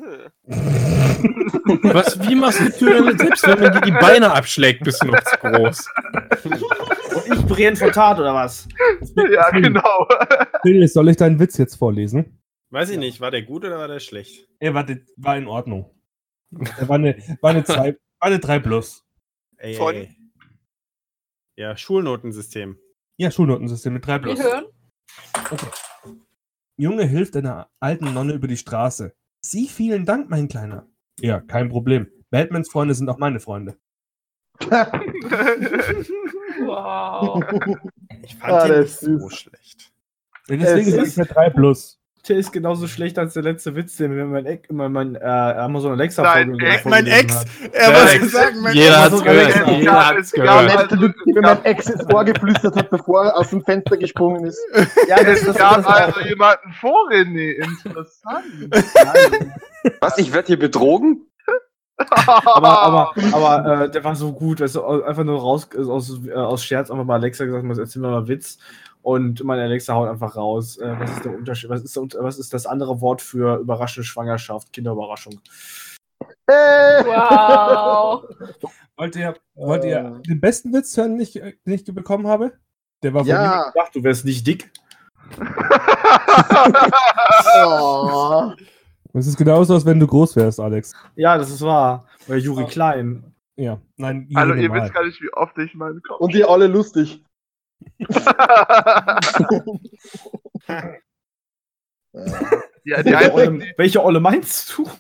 Wie machst du Tyrion selbst, wenn man dir die Beine abschlägt, bist du noch zu groß? Und ich Brienne von Tat oder was? Ja, genau. Phil, soll ich deinen Witz jetzt vorlesen? Weiß ich nicht, war der gut oder war der schlecht? Er war in Ordnung. Er war eine 3 plus. Ey, Von? ey. Ja, Schulnotensystem. Ja, Schulnotensystem mit 3 plus. Wir hören. Okay. Junge hilft einer alten Nonne über die Straße. Sie, vielen Dank, mein Kleiner. Ja, kein Problem. Batmans Freunde sind auch meine Freunde. Wow. Ich fand den der nicht ist so süß. schlecht. Deswegen Es sage ich ist- mir 3 plus. Der ist genauso schlecht als der letzte Witz, den mir mein Amazon Alexa Dein vorgelesen Ex- Mein vorgelesen Ex, hat. er Dein muss sagen, mein Jeder Ex. hat's so gehört. geil. Jeder Ja, hat's es gehört. gab- Letzte Witz, wie mein Ex ins Ohr geflüstert hat, bevor er aus dem Fenster gesprungen ist. Ja, Es gab also jemanden vor René. Interessant. Was, ich werde hier betrogen? aber der war so gut, weißt du, einfach nur aus Scherz einfach mal Alexa gesagt, erzähl mir mal einen Witz. Und meine Alexa haut einfach raus. Was ist der Unterschied? Was ist das andere Wort für überraschende Schwangerschaft? Kinderüberraschung. Wow. Wollt ihr den besten Witz hören, den ich bekommen habe? Der war von mir. Ja. Ich dachte, du wärst nicht dick. Oh. Es ist genauso, als wenn du groß wärst, Alex. Ja, das ist wahr. Oder Juri Klein. Ja, nein, Also, ihr normal. wisst gar nicht, wie oft ich meinen Kopf. Und ihr alle lustig. Ja, die einzigen, Welche Olle meinst du?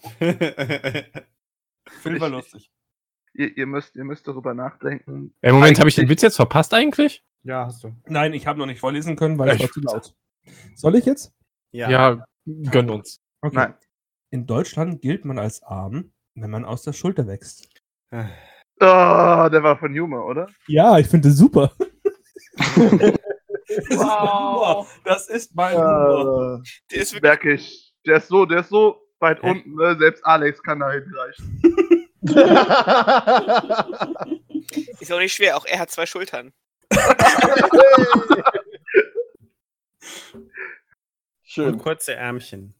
Phil war lustig. ihr müsst darüber nachdenken. Moment, habe ich den Witz jetzt verpasst eigentlich? Ja, hast du. Nein, ich habe noch nicht vorlesen können, weil es Ich- war zu laut. Soll ich jetzt? Ja, gönn uns. Okay. Nein. In Deutschland gilt man als arm, wenn man aus der Schulter wächst. Oh, der war von Humor, oder? Ja, ich finde es super. Wow. Das ist mein Humor. Der ist wirklich, Merke ich. Der ist so weit unten, ne? Selbst Alex kann da hinreichen. ist auch nicht schwer, auch er hat 2 Schultern. Schön. Und kurze Ärmchen.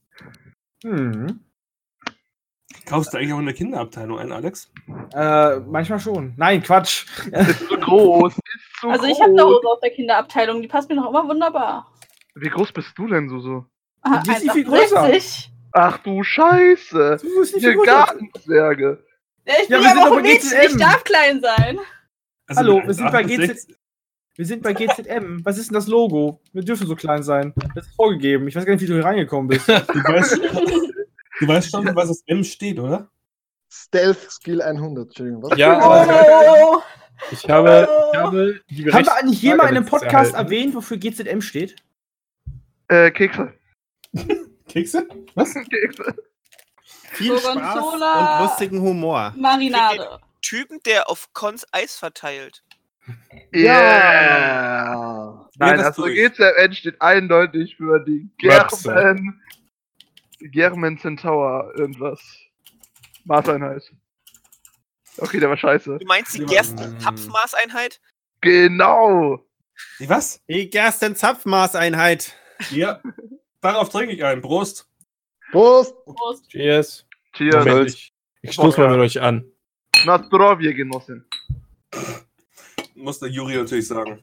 Kaufst du eigentlich auch in der Kinderabteilung ein, Alex? Manchmal schon. Nein, Quatsch. Ist zu groß. Ist zu Also groß. ich habe eine Hose aus der Kinderabteilung, die passt mir noch immer wunderbar. Wie groß bist du denn so? Die ist nicht viel größer. 1,60. Ach du Scheiße. Du bist nicht Ihr viel größer. Gartenzwerge. Ja, ich Ja, bin wir aber sind auch doch ein bei Mädchen, GZM. ich darf klein sein. Also Hallo, mit wir sind bei 68 Wir sind bei GZM. Was ist denn das Logo? Wir dürfen so klein sein. Das ist vorgegeben. Ich weiß gar nicht, wie du hier reingekommen bist. Du weißt schon, was das M steht, oder? Stealth Skill 100. Entschuldigung, was? Ja, Oh. ich habe die Haben berechtigte wir eigentlich jemand in einem Frage Podcast erhalten. erwähnt, wofür GZM steht? Kekse. Kekse? Was? Kekse. Viel Spaß Gorgonzola. und lustigen Humor. Marinade. Typen, der auf Cons Eis verteilt. Yeah. Nein, das also durch. GZN steht eindeutig für die Webster. German Centaur irgendwas. Maßeinheit. Okay, der war scheiße. Du meinst die Gersten-Tapfmaßeinheit? Genau. Die was? Die Gersten-Zapfmaßeinheit. Ja. Darauf trinke ich ein. Prost. Prost! Prost. Cheers. Cheers. Moment, ich stoße mal mit euch an. Na zdrowie, Genossin. Muss der Juri natürlich sagen.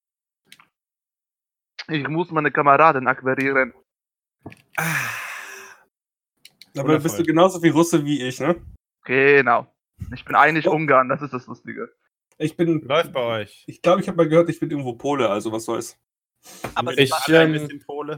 Ich muss meine Kameraden akquirieren. Aber bist du genauso wie Russe wie ich, ne? Genau. Ich bin eigentlich Ungarn, das ist das Lustige. Ich bin. Läuft bei euch. Ich glaube, ich habe mal gehört, ich bin irgendwo Pole, also was soll's. Aber Ich, sie Ein bisschen Pole.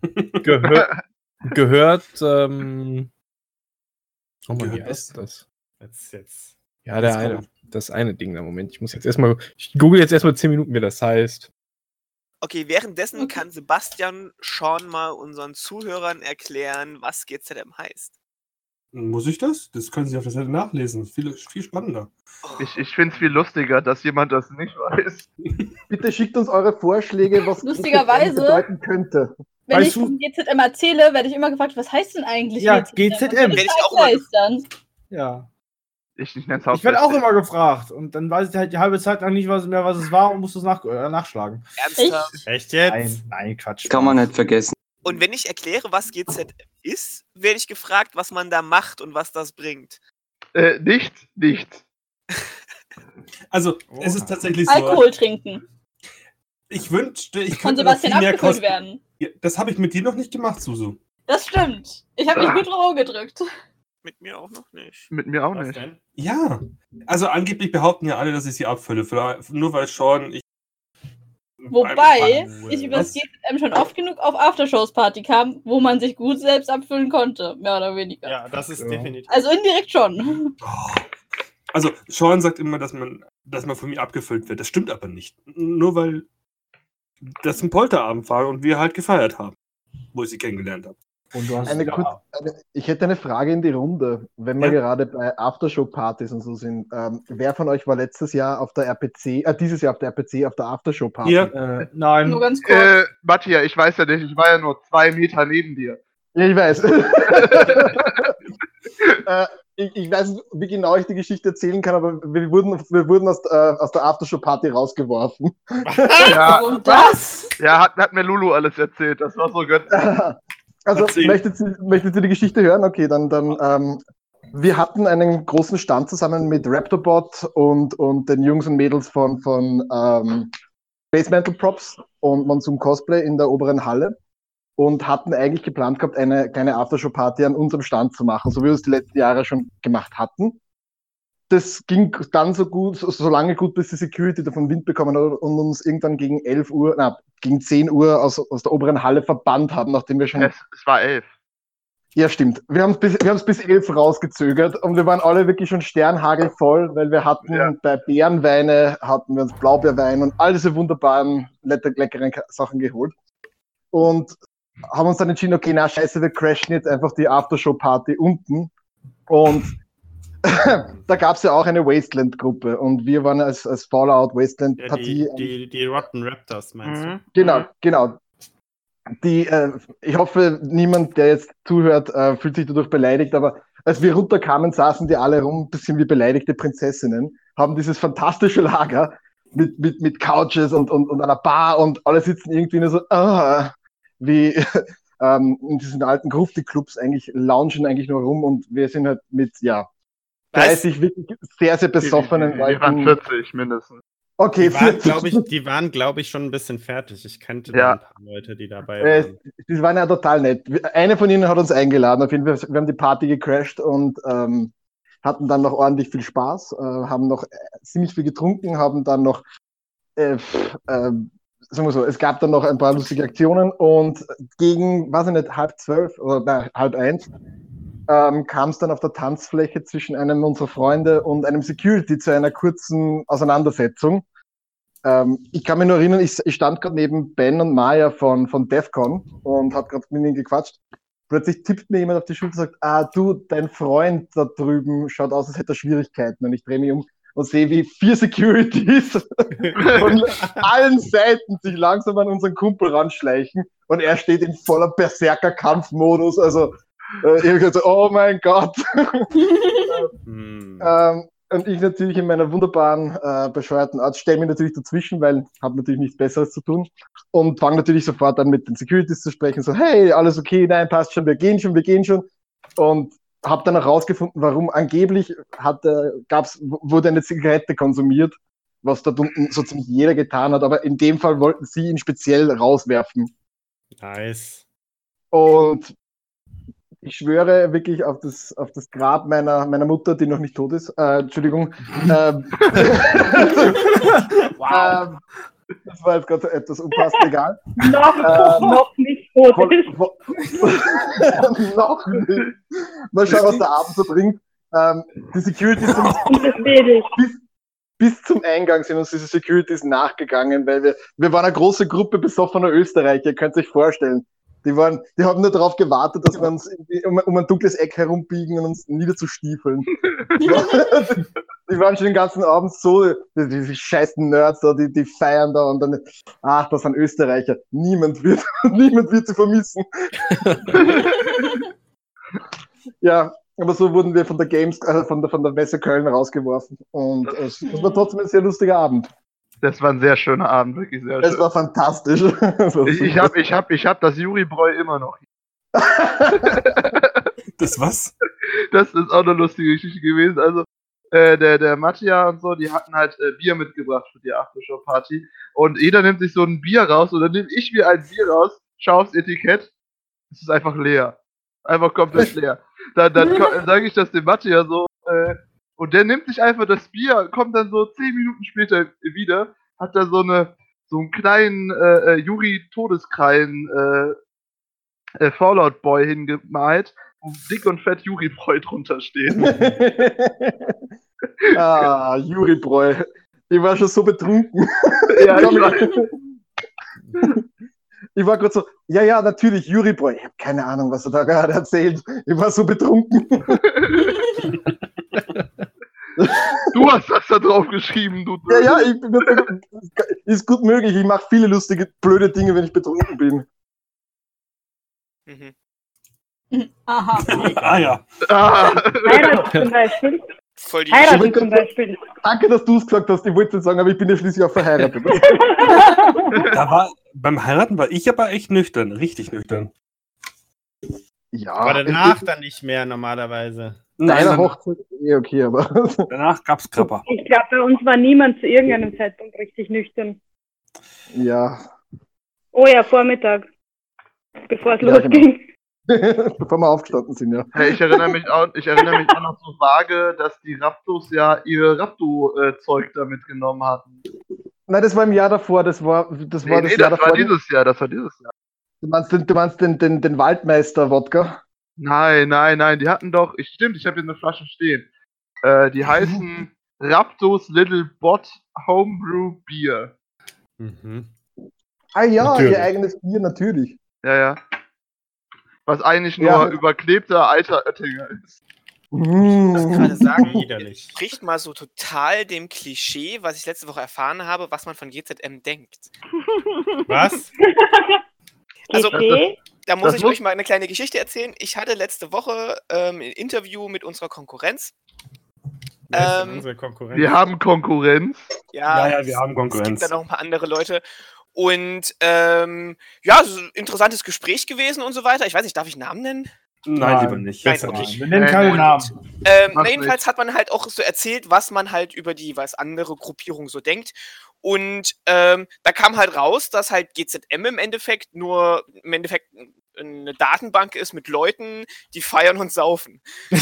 Gehört, oh Mann, wie Gehört heißt das? Jetzt. Ja, Jetzt der eine. kommt. Das eine Ding da. Moment, ich google jetzt erstmal 10 Minuten, wie das heißt. Okay, währenddessen kann Sebastian schon mal unseren Zuhörern erklären, was GZM heißt. Muss ich das? Das können Sie auf der Seite nachlesen. Viel spannender. Ich finde es viel lustiger, dass jemand das nicht weiß. Bitte schickt uns eure Vorschläge, was Lustigerweise- GZM bedeuten könnte. Wenn Weißt ich du- von GZM erzähle, werde ich immer gefragt, was heißt denn eigentlich Ja, GZM? GZM. Und Werd ich das auch immer heißt dann. Ja. Ich nenne es Ich werde auch immer gefragt. Und dann weiß ich halt die halbe Zeit lang nicht was es war und muss es nachschlagen. Ernsthaft? Echt jetzt? Nein, Quatsch. Kann man nicht vergessen. Und wenn ich erkläre, was GZM ist, werde ich gefragt, was man da macht und was das bringt. Nicht. Also, es ist tatsächlich so. Alkohol trinken. Ich wünschte, ich Von könnte noch Sebastian viel mehr abgefüllt Kost. werden. Ja, das habe ich mit dir noch nicht gemacht, Susu. Das stimmt. Ich habe mich gut drauf gedrückt. Mit mir auch noch nicht. Mit mir auch Was nicht. denn? Ja. Also angeblich behaupten ja alle, dass ich sie abfülle. Nur weil Sean. Wobei Cool. ich über das Was? GZM schon oft genug auf Aftershows-Party kam, wo man sich gut selbst abfüllen konnte. Mehr oder weniger. Ja, das ist Ja. definitiv. Also indirekt schon. Also Sean sagt immer, dass man von mir abgefüllt wird. Das stimmt aber nicht. Nur weil das ein Polterabend war und wir halt gefeiert haben, wo ich sie kennengelernt habe. Und du hast Ich hätte eine Frage in die Runde, wenn wir gerade bei Aftershow-Partys und so sind. Wer von euch war dieses Jahr auf der RPC, auf der Aftershow-Party? Ja. Nein. Nur ganz kurz. Matthias, ich weiß ja nicht, ich war ja nur 2 Meter neben dir. Ja, ich weiß. Ich weiß nicht, wie genau ich die Geschichte erzählen kann, aber wir wurden aus der Aftershow-Party rausgeworfen. Ja, Warum das? ja hat mir Lulu alles erzählt, das war so göttlich. Also, Erzähl. möchtet ihr die Geschichte hören? Okay, dann wir hatten einen großen Stand zusammen mit Raptorbot und den Jungs und Mädels von Space Mantle Props und Monsoon Cosplay in der oberen Halle und hatten eigentlich geplant gehabt, eine kleine Aftershow-Party an unserem Stand zu machen, so wie wir es die letzten Jahre schon gemacht hatten. Das ging dann so lange gut, bis die Security davon Wind bekommen hat und uns irgendwann gegen 10 Uhr aus der oberen Halle verbannt haben, nachdem wir schon... Es war 11. Ja, stimmt. Wir haben es bis 11 rausgezögert und wir waren alle wirklich schon sternhagelvoll, weil wir hatten bei Bärenweine, hatten wir uns Blaubeerwein und all diese wunderbaren, leckeren Sachen geholt. Und haben uns dann entschieden, okay, na scheiße, wir crashen jetzt einfach die Aftershow-Party unten. Und da gab es ja auch eine Wasteland-Gruppe und wir waren als Fallout Wasteland-Partie. Ja, die Rotten Raptors, meinst du? Genau. Ich hoffe, niemand, der jetzt zuhört, fühlt sich dadurch beleidigt, aber als wir runterkamen, saßen die alle rum, ein bisschen wie beleidigte Prinzessinnen, haben dieses fantastische Lager mit Couches und einer Bar und alle sitzen irgendwie nur so, wie in diesen alten Grufti-Clubs eigentlich, loungen eigentlich nur rum und wir sind halt mit, 30 wirklich sehr, sehr besoffenen Wir waren 40 mindestens. Okay, Die waren, glaube ich, schon ein bisschen fertig. Ich kannte da ein paar Leute, die dabei waren. Die waren ja total nett. Eine von ihnen hat uns eingeladen. Auf jeden Fall, wir haben die Party gecrashed und hatten dann noch ordentlich viel Spaß, haben noch ziemlich viel getrunken, haben dann noch, sagen wir so, es gab dann noch ein paar lustige Aktionen und gegen, weiß ich nicht, 10:30 oder 10:30 kam es dann auf der Tanzfläche zwischen einem unserer Freunde und einem Security zu einer kurzen Auseinandersetzung. Ich kann mich nur erinnern, ich stand gerade neben Ben und Maya von Defcon und habe gerade mit ihnen gequatscht. Plötzlich tippt mir jemand auf die Schulter und sagt, du, dein Freund da drüben schaut aus, als hätte er Schwierigkeiten. Und ich drehe mich um und sehe, wie 4 Securities von allen Seiten sich langsam an unseren Kumpel ranschleichen und er steht in voller Berserker-Kampfmodus, also ich habe gesagt, oh mein Gott. Und ich natürlich in meiner wunderbaren, bescheuerten Art stelle mich natürlich dazwischen, weil ich habe natürlich nichts Besseres zu tun und fange natürlich sofort an mit den Securities zu sprechen, so hey, alles okay, nein, passt schon, wir gehen schon und habe dann auch rausgefunden, warum angeblich wurde eine Zigarette konsumiert, was dort unten so ziemlich jeder getan hat, aber in dem Fall wollten sie ihn speziell rauswerfen. Nice. Und ich schwöre wirklich auf das Grab meiner Mutter, die noch nicht tot ist. Entschuldigung. Wow. Das war jetzt gerade etwas unpassend, egal. Noch nicht tot ist. Noch nicht. Mal schauen, was der Abend so bringt. Die Securities sind bis zum Eingang sind uns diese Securities nachgegangen, weil wir waren eine große Gruppe besoffener Österreicher, ihr könnt euch vorstellen. Die haben nur darauf gewartet, dass wir uns irgendwie um ein dunkles Eck herumbiegen und uns niederzustiefeln. Die waren schon den ganzen Abend so, die scheiß Nerds da, die feiern da und dann, das sind Österreicher. Niemand wird sie vermissen. Ja, aber so wurden wir von der von der Messe Köln rausgeworfen. Und es war trotzdem ein sehr lustiger Abend. Das war ein sehr schöner Abend, wirklich sehr schön. Es war fantastisch. Ich hab das Juribräu immer noch. Das was? Das ist auch eine lustige Geschichte gewesen. Also, der Mattia und so, die hatten halt Bier mitgebracht für die Aftershow-Party. Und jeder nimmt sich so ein Bier raus und dann nehme ich mir ein Bier raus, schau aufs Etikett, es ist einfach leer. Einfach komplett leer. Dann sage ich das dem Mattia so, und der nimmt sich einfach das Bier, kommt dann so 10 Minuten später wieder, hat da so einen kleinen Juri-Todeskrallen Fallout Boy hingemalt, wo dick und fett Juribräu drunter steht. Juribräu. Ich war schon so betrunken. Ja, ich war gerade so, ja, natürlich, Juribräu. Ich habe keine Ahnung, was er da gerade erzählt. Ich war so betrunken. Du hast das da drauf geschrieben, du. Ja, ist gut möglich. Ich mache viele lustige, blöde Dinge, wenn ich betrunken bin. Aha. Ja. Heiraten zum Beispiel. Voll die Heiraten zum Beispiel. Danke, dass du es gesagt hast. Ich wollte sagen, aber ich bin ja schließlich auch verheiratet. Beim Heiraten war ich aber echt nüchtern, richtig nüchtern. Ja. Aber danach dann nicht mehr normalerweise. Nein, Hochzeit okay, aber. Danach gab's Krapper. Ich glaube, bei uns war niemand zu irgendeinem Zeitpunkt richtig nüchtern. Ja. Oh ja, Vormittag. Bevor es Ja, losging. Bevor wir aufgestanden sind, ja. Hey, ich erinnere mich auch noch so vage, dass die Raptos ja ihr Rapto-Zeug da mitgenommen hatten. Nein, das war im Jahr davor. Das war das Jahr davor. Das war dieses Jahr. Du meinst den Waldmeister-Wodka? Nein, die hatten doch, stimmt, ich habe hier eine Flasche stehen. Die heißen Raptos Little Bot Homebrew Beer. Mhm. Ah ja, Natürlich. ihr eigenes Bier, natürlich. Ja. Was eigentlich nur überklebter alter Oettinger ist. Das gerade sagen, Das widerlich. spricht mal so total dem Klischee, was ich letzte Woche erfahren habe, was man von GZM denkt. Was? Also, Okay. da muss Das ich muss- euch mal eine kleine Geschichte erzählen. Ich hatte letzte Woche ein Interview mit unserer Konkurrenz. Wer ist denn unsere Konkurrenz? Wir haben Konkurrenz. Ja, wir haben Es Konkurrenz. gibt da noch ein paar andere Leute. Und ja, es ist ein interessantes Gespräch gewesen und so weiter. Ich weiß nicht, darf ich Namen nennen? Nein, lieber nicht. Nein, Jetzt okay. nicht. Wir nennen keine Und- Namen. Mach Jedenfalls hat man halt auch so erzählt, was man halt über die jeweils andere Gruppierung so denkt. Und da kam halt raus, dass halt GZM im Endeffekt eine Datenbank ist mit Leuten, die feiern und saufen. Kann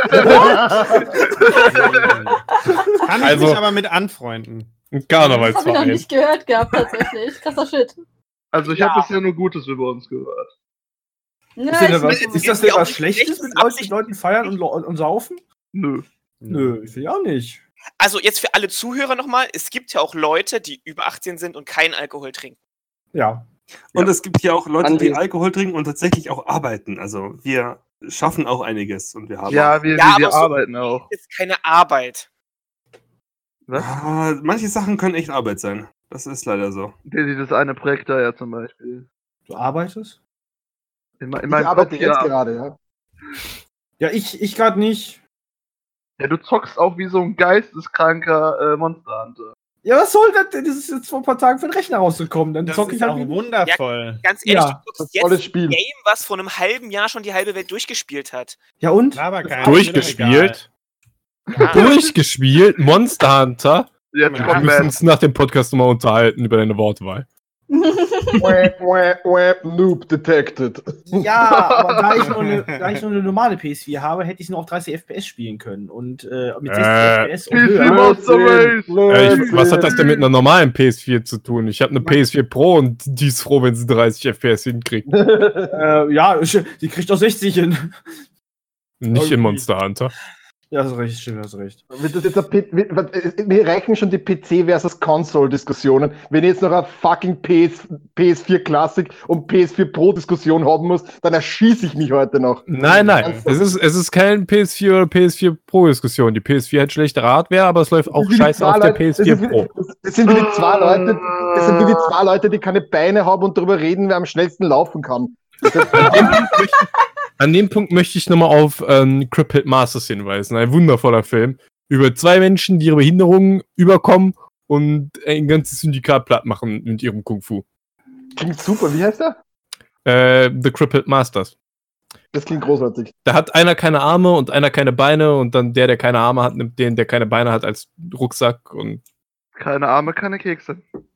ich Also- mich aber mit anfreunden. Ein Das habe ich noch Karnevalsverein. nicht gehört gehabt, tatsächlich. Krasser Shit. Also ich habe bisher nur Gutes über uns gehört. Ja, Ist, denn ich- was, es ist das geht denn auch was nicht Schlechtes, schlecht, mit Leuten feiern und saufen? Nö. Nö, ich will auch nicht. Also jetzt für alle Zuhörer nochmal, es gibt ja auch Leute, die über 18 sind und keinen Alkohol trinken. Ja. Und es gibt hier auch Leute, die Andi. Alkohol trinken und tatsächlich auch arbeiten. Also wir schaffen auch einiges und wir haben Ja, wir Ja, aber so- arbeiten auch. Das ist keine Arbeit. manche Sachen können echt Arbeit sein. Das ist leider so. Das eine Projekt da ja zum Beispiel. Du arbeitest? In Ich meinem arbeite Kopf, jetzt ja. gerade, ja. Ja, ich gerade nicht. Ja, du zockst auch wie so ein geisteskranker Monster Hunter. Ja, was soll das denn? Das ist jetzt vor ein paar Tagen für den Rechner rausgekommen. Dann Das zocke ist ich halt auch wieder. wundervoll. Ganz ehrlich, Ja, du das guckst ist ein tolles jetzt Spiel. ein Game, was vor einem halben Jahr schon die halbe Welt durchgespielt hat. Ja, und? Aber keiner. Durchgespielt? Ja. Durchgespielt? Monster Hunter? Jetzt Ja, Wir kommt müssen Matt. uns nach dem Podcast nochmal unterhalten über deine Wortwahl. Noob detected. Ja, aber da ich nur eine normale PS4 habe, hätte ich es nur auf 30 FPS spielen können. Und mit 60 FPS und PC höher. Monster Race. Was hat das denn mit einer normalen PS4 zu tun? Ich habe eine PS4 Pro und die ist froh, wenn sie 30 FPS hinkriegt. Ja, die kriegt doch 60 hin. Nicht in Irgendwie. Monster Hunter. Ja, hast recht, stimmt, hast recht. Wird das jetzt wir reichen schon die PC versus Console-Diskussionen. Wenn ich jetzt noch eine fucking PS4 Classic und PS4 Pro Diskussion haben muss, dann erschieße ich mich heute noch. Nein. Es ist kein PS4 oder PS4 Pro-Diskussion. Die PS4 hat schlechtere Hardware, aber es läuft auch scheiße auf der PS4 Pro. Das sind wie die zwei Leute, die keine Beine haben und darüber reden, wer am schnellsten laufen kann. An dem Punkt möchte ich nochmal auf Crippled Masters hinweisen. Ein wundervoller Film über zwei Menschen, die ihre Behinderungen überkommen und ein ganzes Syndikat platt machen mit ihrem Kung-Fu. Klingt super. Wie heißt der? The Crippled Masters. Das klingt großartig. Da hat einer keine Arme und einer keine Beine und dann der keine Arme hat, nimmt den, der keine Beine hat, als Rucksack und... Keine Arme, keine Kekse.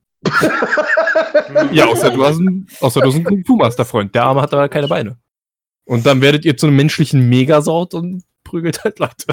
Ja, außer du hast einen Kung-Fu-Master-Freund. Der Arme hat aber keine Beine. Und dann werdet ihr zu einem menschlichen Megasort und prügelt halt Leute.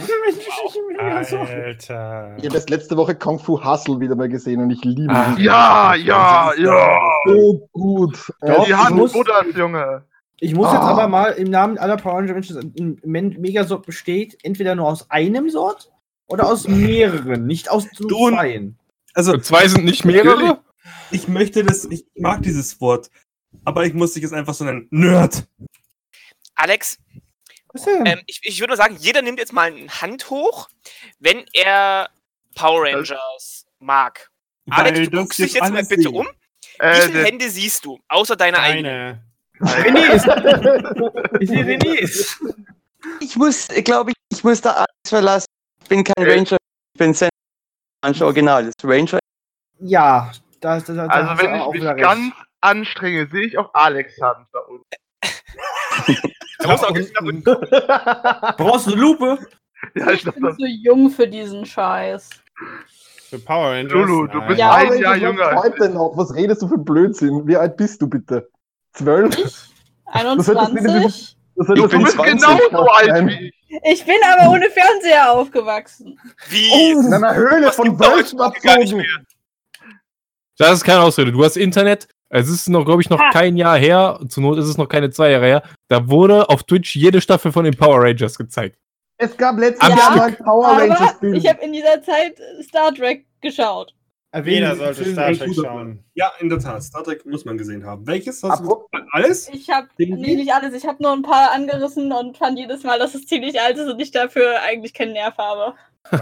Alter. Ich habe erst letzte Woche Kung Fu Hustle wieder mal gesehen und ich liebe ihn. Ja. So gut. Doch, Die Hand Buddhas, Junge. Ich muss jetzt aber mal im Namen aller Power Ranger Menschen sagen, ein Megasort besteht entweder nur aus einem Sort oder aus mehreren, nicht aus zweien. Also, Zwei sind nicht mehrere? ich mag dieses Wort, aber ich muss dich jetzt einfach so nennen. Nerd! Alex, Was denn? ich würde nur sagen, jeder nimmt jetzt mal eine Hand hoch, wenn er Power Rangers mag. Alex, Weil du das guckst dich jetzt mal alles bitte sehen. um. Wie viele Hände siehst du, außer deiner eigenen? Renés! Ich sehe Renés! Ich muss da alles verlassen. Ich bin kein Ranger, ich bin Ranger Original. Das Ranger. Ja, da Also hast du wenn auch ich wieder mich ganz anstrenge, sehe ich auch Alex Hand da unten. Er muss auch jetzt nach unten. Brauchst du eine Lupe? Ja, Ich bin zu jung für diesen Scheiß. Für Power Rangers? Lulu, du bist Ja, ein Jahr jünger. Heute noch. Was redest du für Blödsinn? Wie alt bist du bitte? 12? 21? Du Du bist genauso alt wie ich. Ich bin aber ohne Fernseher aufgewachsen. Wie? In einer Höhle Was von gibt's da Wölfen heutzutage gar nicht erzogen. mehr? Das ist keine Ausrede. Du hast Internet. Es ist noch, glaube ich, noch kein Jahr her. Zur Not ist es noch keine 2 Jahre her. Da wurde auf Twitch jede Staffel von den Power Rangers gezeigt. Es gab letztes Am Jahr Stück. ein Power Aber Rangers Film. ich habe in dieser Zeit Star Trek geschaut. Jeder sollte Film Star echt Trek gut. schauen. Ja, in der Tat. Star Trek muss man gesehen haben. Welches hast Apro- du? Alles? Ich habe nicht alles, ich habe nur ein paar angerissen und fand jedes Mal, dass es ziemlich alt ist und ich dafür eigentlich keinen Nerv habe.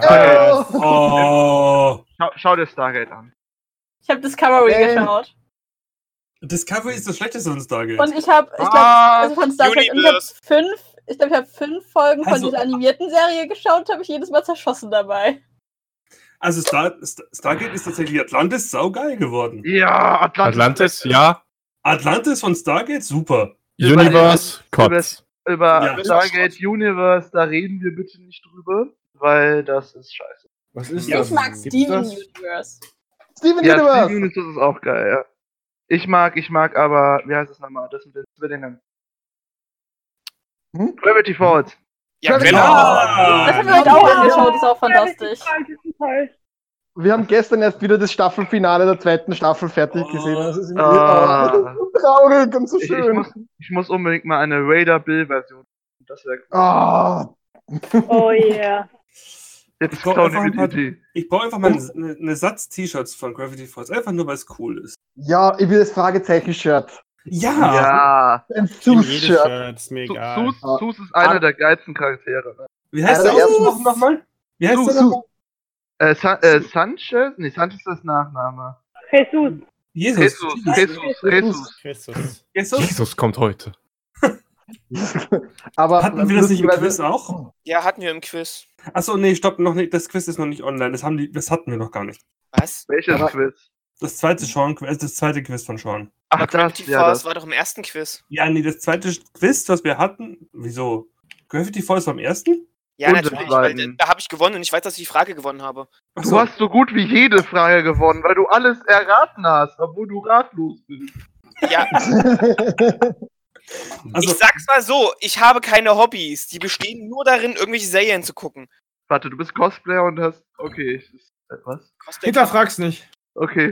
Oh. Schau dir Stargate an. Ich habe Discovery geschaut. Discovery ist das Schlechteste von Stargate. Und ich habe, also von Star Trek, und ich habe 5 Folgen von Also- dieser animierten Serie geschaut, habe ich jedes Mal zerschossen dabei. Also Stargate ist tatsächlich Atlantis saugeil geworden. Ja, Atlantis, ja. Atlantis von Stargate, super. Universe, Kotz. Über Ja. Stargate Universe, da reden wir bitte nicht drüber, weil das ist scheiße. Was ist Ich das? mag Gibt's Steven das? Universe. Steven Ja, Universe. Steven Universe ist auch geil, ja. Ich mag aber, wie heißt es nochmal, das mit den Zwillingen? Gravity Falls. Ja, Gravity genau. Das haben wir heute auch angeschaut, ist auch fantastisch. Wir haben gestern erst wieder das Staffelfinale der 2. Staffel fertig gesehen. Das ist irgendwie Ah. das ist so traurig und so Ich schön. muss unbedingt mal eine Raider Bill-Version. Das wäre Ah. Oh yeah. jetzt Ich brauche Cloud einfach, Divinity. mal eine Satz T-Shirts von Gravity Falls, einfach nur weil es cool ist. Ja, ich will das Fragezeichen-Shirt. Ja! Ja. Ein Ich nehme jedes Sus-Shirt. Shirt, ist mir egal. Sus ist einer der geilsten Charaktere. Ne? Wie heißt Einer der der ersten- nochmal? Wie heißt Sus. der nochmal? Sanchez? Nee, Sanchez ist das Nachname. Jesus. Jesus. Jesus. Christus. Jesus? Jesus kommt heute. Aber Hatten wir das nicht im lustigerweise- Quiz auch? Ja, hatten wir im Quiz. Achso, nee, stopp, noch nicht. Das Quiz ist noch nicht online. Das hatten wir noch gar nicht. Was? Welches Aber- Quiz? Das zweite das zweite Quiz von Sean. Ach, Aber das, Gravity ja, Falls das. war doch im ersten Quiz. Ja, nee, das zweite Quiz, was wir hatten. Wieso? Gravity Falls war am ersten? Ja, Und natürlich, im weil zweiten. da habe ich gewonnen und ich weiß, dass ich die Frage gewonnen habe. Du hast so gut wie jede Frage gewonnen, weil du alles erraten hast, obwohl du ratlos bist. Ja, Also, ich sag's mal so, ich habe keine Hobbys. Die bestehen nur darin, irgendwelche Serien zu gucken. Warte, du bist Cosplayer und hast. Okay, was? Cosplay- Hinterfrag's nicht. Okay.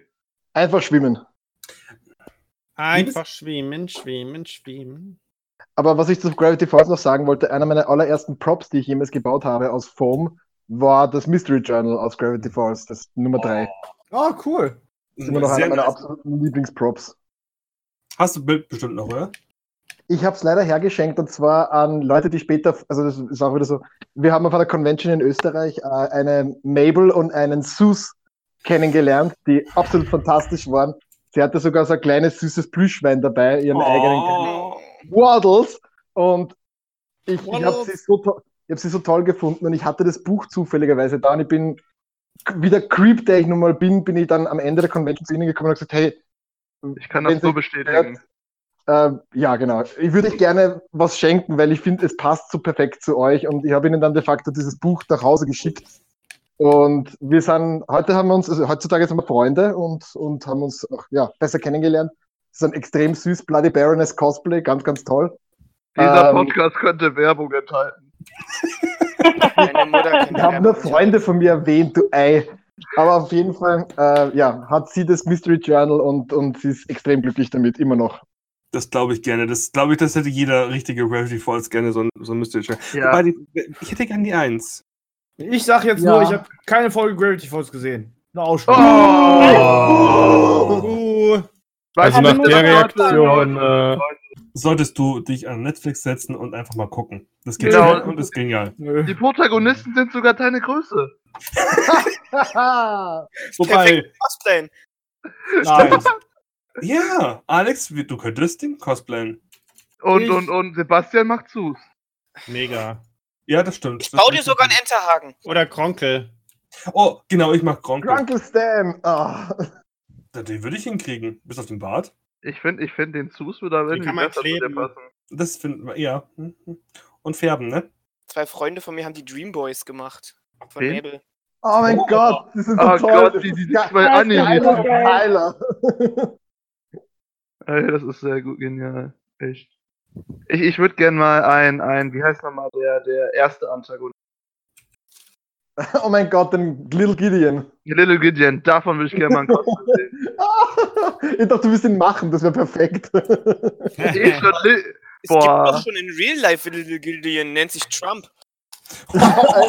Einfach schwimmen. Einfach schwimmen. Aber was ich zu Gravity Falls noch sagen wollte, einer meiner allerersten Props, die ich jemals gebaut habe aus Foam, war das Mystery Journal aus Gravity Falls, das Nummer 3. Oh, cool. Das ist immer noch Sehr einer meiner nice. absoluten Lieblingsprops. Hast du Bild bestimmt noch, oder? Ich habe es leider hergeschenkt und zwar an Leute, die später, also das ist auch wieder so, wir haben auf einer Convention in Österreich eine Mabel und einen Sus kennengelernt, die absolut fantastisch waren. Sie hatte sogar so ein kleines, süßes Plüschschwein dabei, ihren eigenen Waddles. Und ich habe sie so toll gefunden und ich hatte das Buch zufälligerweise da und ich bin, wie der Creep, der ich nun mal bin ich dann am Ende der Convention zu ihnen gekommen und gesagt, hey, Ich kann das so bestätigen. ja, genau. Ich würde euch gerne was schenken, weil ich finde, es passt so perfekt zu euch und ich habe ihnen dann de facto dieses Buch nach Hause geschickt. Und heutzutage sind wir Freunde und haben uns auch, besser kennengelernt. Das ist ein extrem süß Bloody Baroness Cosplay, ganz, ganz toll. Dieser Podcast könnte Werbung enthalten. Meine Mutter kennt Ich habe nur Freunde von mir erwähnt, du Ei. Aber auf jeden Fall, hat sie das Mystery Journal und sie ist extrem glücklich damit, immer noch. Das glaube ich gerne. Das glaube ich, das hätte jeder richtige Gravity Falls gerne so ein Mystery Journal. Ja. Wobei, ich hätte gerne die 1. Ich sag jetzt Ja. nur, ich habe keine Folge Gravity Falls gesehen. Eine Ausschnitt. Also nach der Reaktion, Solltest du dich an Netflix setzen und einfach mal gucken. Das geht Genau. schnell und ist genial. Die Protagonisten sind sogar deine Größe. Wobei, Cosplayen. Nein. ja, Alex, du könntest das Ding cosplayen. Und Sebastian macht Sus. Mega. Ja, das stimmt. Ich baue dir sogar einen Enterhaken. Oder Kronkel. Oh, genau, ich mach Gronk. Grunkle Stan. Ah. Den würde ich hinkriegen. Bis auf den Bart. Ich finde den Sus würde aber Den irgendwie kann man besser zu dir kleben. passen. Das finden wir, ja. Und färben, ne? 2 Freunde von mir haben die Dream Boys gemacht. Von Wen? Mabel. Oh mein Gott, das ist so Oh toll. Gott, Das die ist zwei geil. Anime. Heiler. Ey, das ist sehr gut, genial. Echt. Ich würde gerne mal ein, wie heißt nochmal, der erste Antagonist. Oh mein Gott, den Little Gideon. Little Gideon, davon würde ich gerne mal einen Cosplay sehen. Ich dachte, du willst ihn machen, das wäre perfekt. Eh schon, Es Boah. gibt doch schon in Real Life Little Gideon, nennt sich Trump. Oh,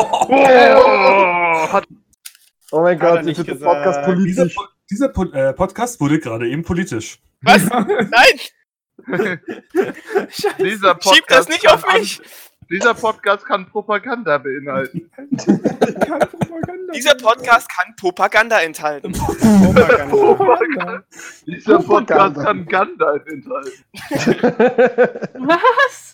hat Oh mein Hat er Gott, nicht jetzt wird der gesagt. Podcast politisch. Dieser Podcast wurde gerade eben politisch. Was? Nein! dieser Podcast Schieb das nicht auf mich! Dieser Podcast kann Propaganda beinhalten. Keine Propaganda. Dieser Podcast kann Propaganda enthalten. Propaganda. Dieser Podcast Propaganda. kann Gandalf enthalten. Was?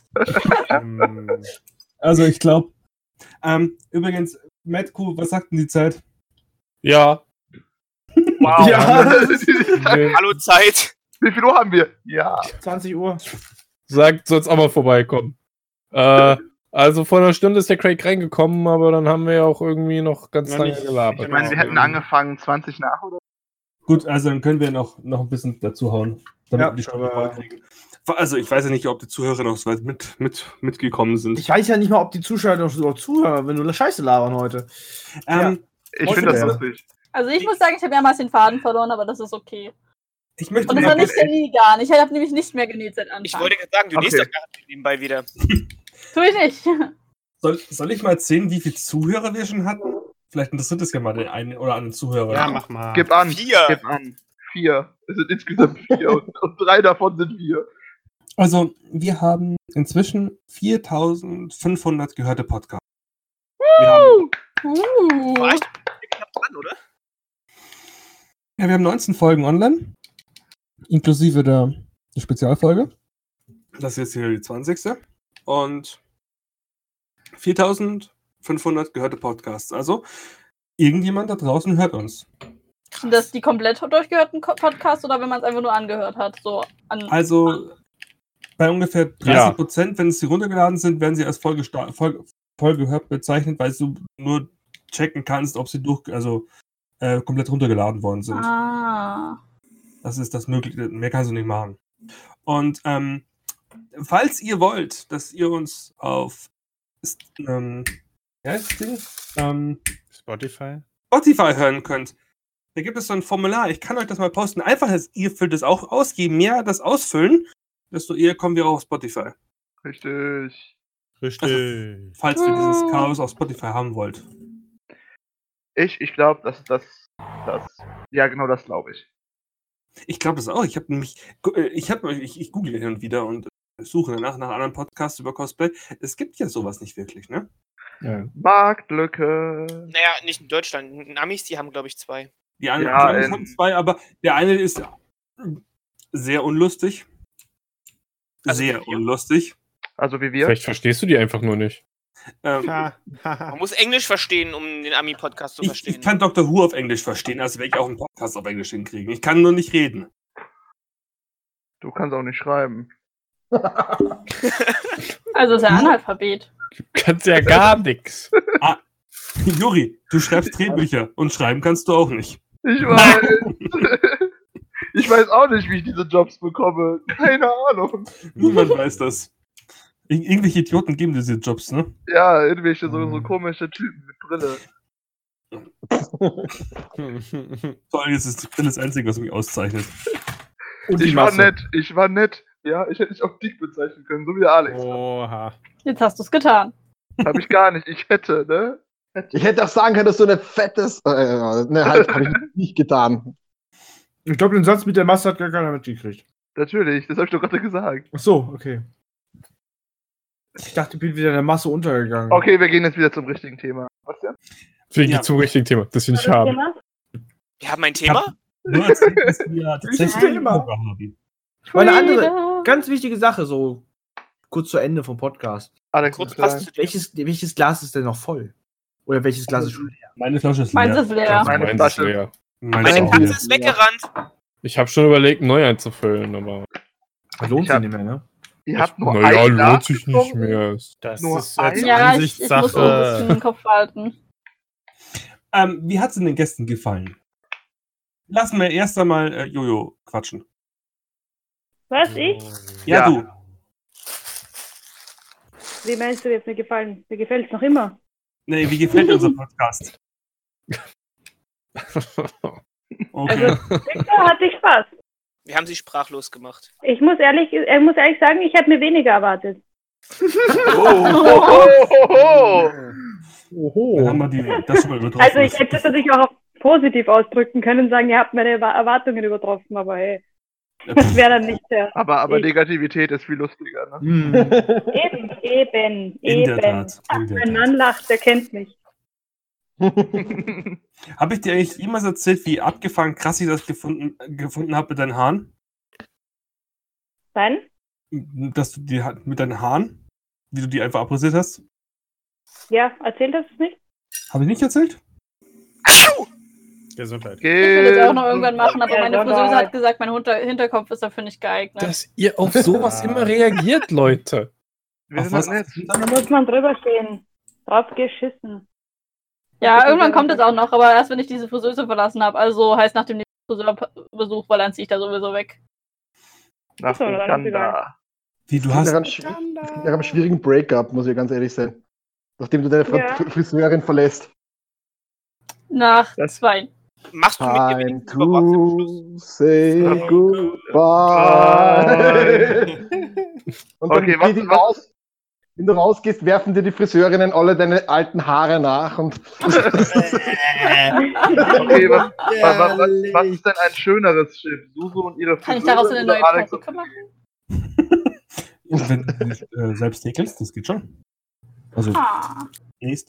Also ich glaube. Übrigens, Matt Q, was sagt denn die Zeit? ja. Wow. Ja. Hallo Zeit! Wie viel Uhr haben wir? Ja. 20 Uhr. Sagt, soll's auch mal vorbeikommen. Also vor einer Stunde ist der Craig reingekommen, aber dann haben wir ja auch irgendwie noch ganz Noch lange nicht. gelabert. Ich meine, wir hätten angefangen 20 nach, oder? Gut, also dann können wir noch ein bisschen dazu hauen, damit Ja, wir die Stunde aber- voll kriegen. Also ich weiß ja nicht, ob die Zuhörer noch so weit mitgekommen sind. Ich weiß ja nicht mal, ob die Zuschauer noch so zuhören, wenn du Scheiße labern heute. Ich finde das Ja. lustig. Also ich muss sagen, ich habe mehrmals den Faden verloren, aber das ist okay. Ich möchte Und das mal war nicht der Ligan. Ich habe nämlich nicht mehr genäht seit Anfang. Ich wollte gerade sagen, du Okay. liest doch gerade nebenbei wieder. Tue ich nicht. soll ich mal erzählen, wie viele Zuhörer wir schon hatten? Vielleicht interessiert es ja mal den einen oder anderen Zuhörer. Ja, mach mal. Gib an. 4. Gib an. 4. Es sind insgesamt 4 und 3 davon sind wir. Also, wir haben inzwischen 4.500 gehörte Podcasts. Wir haben, War ich knapp dran, oder? wir haben 19 Folgen online, inklusive der Spezialfolge. Das ist jetzt hier die 20. Und 4.500 gehörte Podcasts. Also, irgendjemand da draußen hört uns. Sind das die komplett durchgehörten Podcasts oder wenn man es einfach nur angehört hat? So an Also, bei ungefähr 30%, wenn es die runtergeladen sind, werden sie als voll gehört bezeichnet, weil du nur checken kannst, ob sie komplett runtergeladen worden sind. Ah. Das ist das Mögliche. Mehr kannst du nicht machen. Und falls ihr wollt, dass ihr uns auf Spotify. Spotify hören könnt, da gibt es so ein Formular. Ich kann euch das mal posten. Einfach, ihr füllt es auch aus. Je mehr das ausfüllen, desto eher kommen wir auch auf Spotify. Richtig. Richtig. Falls ihr dieses Chaos auf Spotify haben wollt. Ich glaube, das. Ja, genau das glaube ich. Ich glaube das auch. Ich habe nämlich, ich google hin und wieder und suche danach nach anderen Podcasts über Cosplay. Es gibt ja sowas nicht wirklich, ne? Ja. Marktlücke. Naja, nicht in Deutschland. Amis, die haben, glaube ich, 2. Die anderen Ja, die Amis haben 2, aber der eine ist sehr unlustig. Also Sehr wie wir? unlustig. Also wie wir. Vielleicht verstehst du die einfach nur nicht. Man muss Englisch verstehen, um den Ami-Podcast zu verstehen. Ich kann Dr. Who auf Englisch verstehen, also werde ich auch einen Podcast auf Englisch hinkriegen. Ich kann nur nicht reden. Du kannst auch nicht schreiben. Also ist er Analphabet. Du kannst ja gar nichts. Juri, du schreibst Drehbücher und schreiben kannst du auch nicht. Ich weiß. Ich weiß auch nicht, wie ich diese Jobs bekomme. Keine Ahnung. Niemand weiß das. Irgendwelche Idioten geben diese Jobs, ne? Ja, irgendwelche so komische Typen mit Brille. Vor allem ist es die Brille das Einzige, was mich auszeichnet. Und die Ich war Masse. nett. Ja, ich hätte dich auch dick bezeichnen können, so wie der Alex. Oha. Jetzt hast du es getan. Hab ich gar nicht. Ich hätte, ne? Ich hätte auch sagen können, dass du eine fettes. Ne, halt, habe ich nicht getan. Ich glaube, den Satz mit der Masse hat gar keiner mitgekriegt. Natürlich, das habe ich doch gerade gesagt. Ach so, okay. Ich dachte, ich bin wieder in der Masse untergegangen. Okay, wir gehen jetzt wieder zum richtigen Thema. Was denn? Wir Ja. gehen zum richtigen Thema, das wir nicht Das haben. Thema? Wir haben ein Thema? Nur erzählt, dass wir tatsächlich Thema? ein Programm haben. Meine andere, ganz wichtige Sache, so kurz zu Ende vom Podcast. Alex, Kurz ist klein. passt. Welches Glas ist denn noch voll? Oder welches Glas ist schon leer? Meine Flasche ist Meins leer. ist leer. Meine Meins ist Flasche. leer. Meine Meine auch Katze leer. ist weggerannt. Ich habe schon überlegt, neu einzufüllen, aber. Das lohnt Ich sich hab- nicht mehr, ne? Ihr habt nur Naja, ein Glas lohnt sich nicht getrunken? mehr. Das Nur ist ein- jetzt Ja, ich muss so ein bisschen Ansichtssache. den Kopf halten. Wie hat es den Gästen gefallen? Lassen wir erst einmal Jojo quatschen. Was, ich? Ja, Ja. du. Wie meinst du, wie es mir gefallen? Mir gefällt es noch immer. Nee, wie gefällt dir unser Podcast? Okay. Victor, hatte ich Spaß. Wir haben sie sprachlos gemacht. Ich muss ehrlich sagen, ich hätte mir weniger erwartet. Dann haben wir das schon mal übertroffen. Also ich hätte das natürlich auch positiv ausdrücken können und sagen, ihr habt meine Erwartungen übertroffen, aber hey, das wäre dann nicht der. Aber Ich- Negativität ist viel lustiger, ne? Hm. Eben. In der Tat. In der Mein Tat. Mann lacht, der kennt mich. Habe ich dir eigentlich jemals erzählt, wie abgefahren krass ich das gefunden habe mit deinen Haaren? Nein? Dass du die mit deinen Haaren, wie du die einfach abrasiert hast? Ja, erzählt das nicht? Habe ich nicht erzählt? Gesundheit. Ich will das auch noch irgendwann machen, aber Ja, meine aber Friseuse halt- hat gesagt, mein Hinterkopf ist dafür nicht geeignet. Dass ihr auf sowas immer reagiert, Leute. Wir Auf sind was? halt nett. Da muss man drüber stehen. Drauf geschissen. Ja, irgendwann kommt es auch noch, aber erst wenn ich diese Friseuse verlassen habe. Also heißt nach dem nächsten Friseurbesuch, weil dann ziehe ich da sowieso weg. Nach So, dem dann ist Kanda. egal. Wie du Nach hast. einem schwierigen Breakup, muss ich ganz ehrlich sein. Nachdem du deine Ja. Friseurin verlässt. Nach Das- 2. Machst du mit ihr Time wenigstens über WhatsApp Schluss? to say goodbye. Und dann Okay, geh die raus. Wenn du rausgehst, werfen dir die Friseurinnen alle deine alten Haare nach und Okay, was ist denn ein schöneres Schiff? Susu und ihre Kann ich Friseuse daraus eine oder neue Alex Perücke machen? Wenn du dich selbst häkelst, das geht schon. Also, Ah. nächst.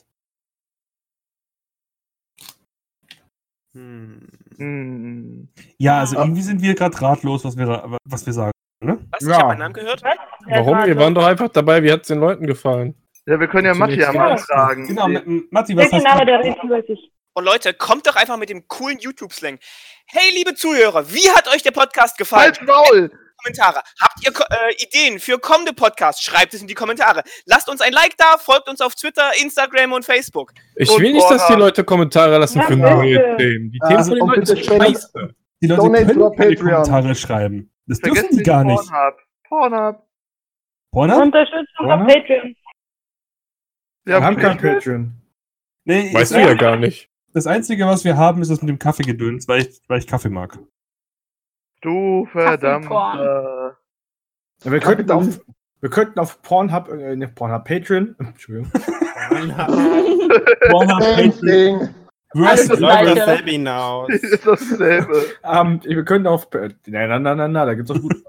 Hm. Ja, also irgendwie sind wir gerade ratlos, was wir sagen. Ne? Was? Ich Ja. habe meinen Namen gehört? Warum? Wir waren doch einfach dabei, wie hat es den Leuten gefallen? Ja, wir können ja Matti Zunächst mal mal. fragen. Genau, Matti, Der was hast genau, du? der redet über sich. Und Leute, kommt doch einfach mit dem coolen YouTube-Slang. Hey, liebe Zuhörer, wie hat euch der Podcast gefallen? Halt Maul! Kommentare. Habt ihr Ideen für kommende Podcasts? Schreibt es in die Kommentare. Lasst uns ein Like da, folgt uns auf Twitter, Instagram und Facebook. Ich Und will nicht, dass die Pornhub. Leute Kommentare lassen Ja, für bitte. neue Themen. Die Themen Also, von den und Leuten bitte sind spenden- scheiße. Die Leute Donate können to our keine Patreon. Kommentare schreiben. Das dürfen Vergesst die nicht gar nicht. Pornhub. Pornhub? Unterstützung auf Oder? Patreon. Wir haben kein Patreon. Patreon. Nee, Weißt du ja gar nicht. Das Einzige, was wir haben, ist das mit dem Kaffeegedöns, weil ich Kaffee mag. Du verdammter. Ja, wir könnten auch Wir könnten auf Pornhub, Patreon. Entschuldigung. Pornhub, Same thing. Alles das Läuft Gleiche. dasselbe hinaus. Ist dasselbe. Wir könnten auf. Na, da gibt's auch gut.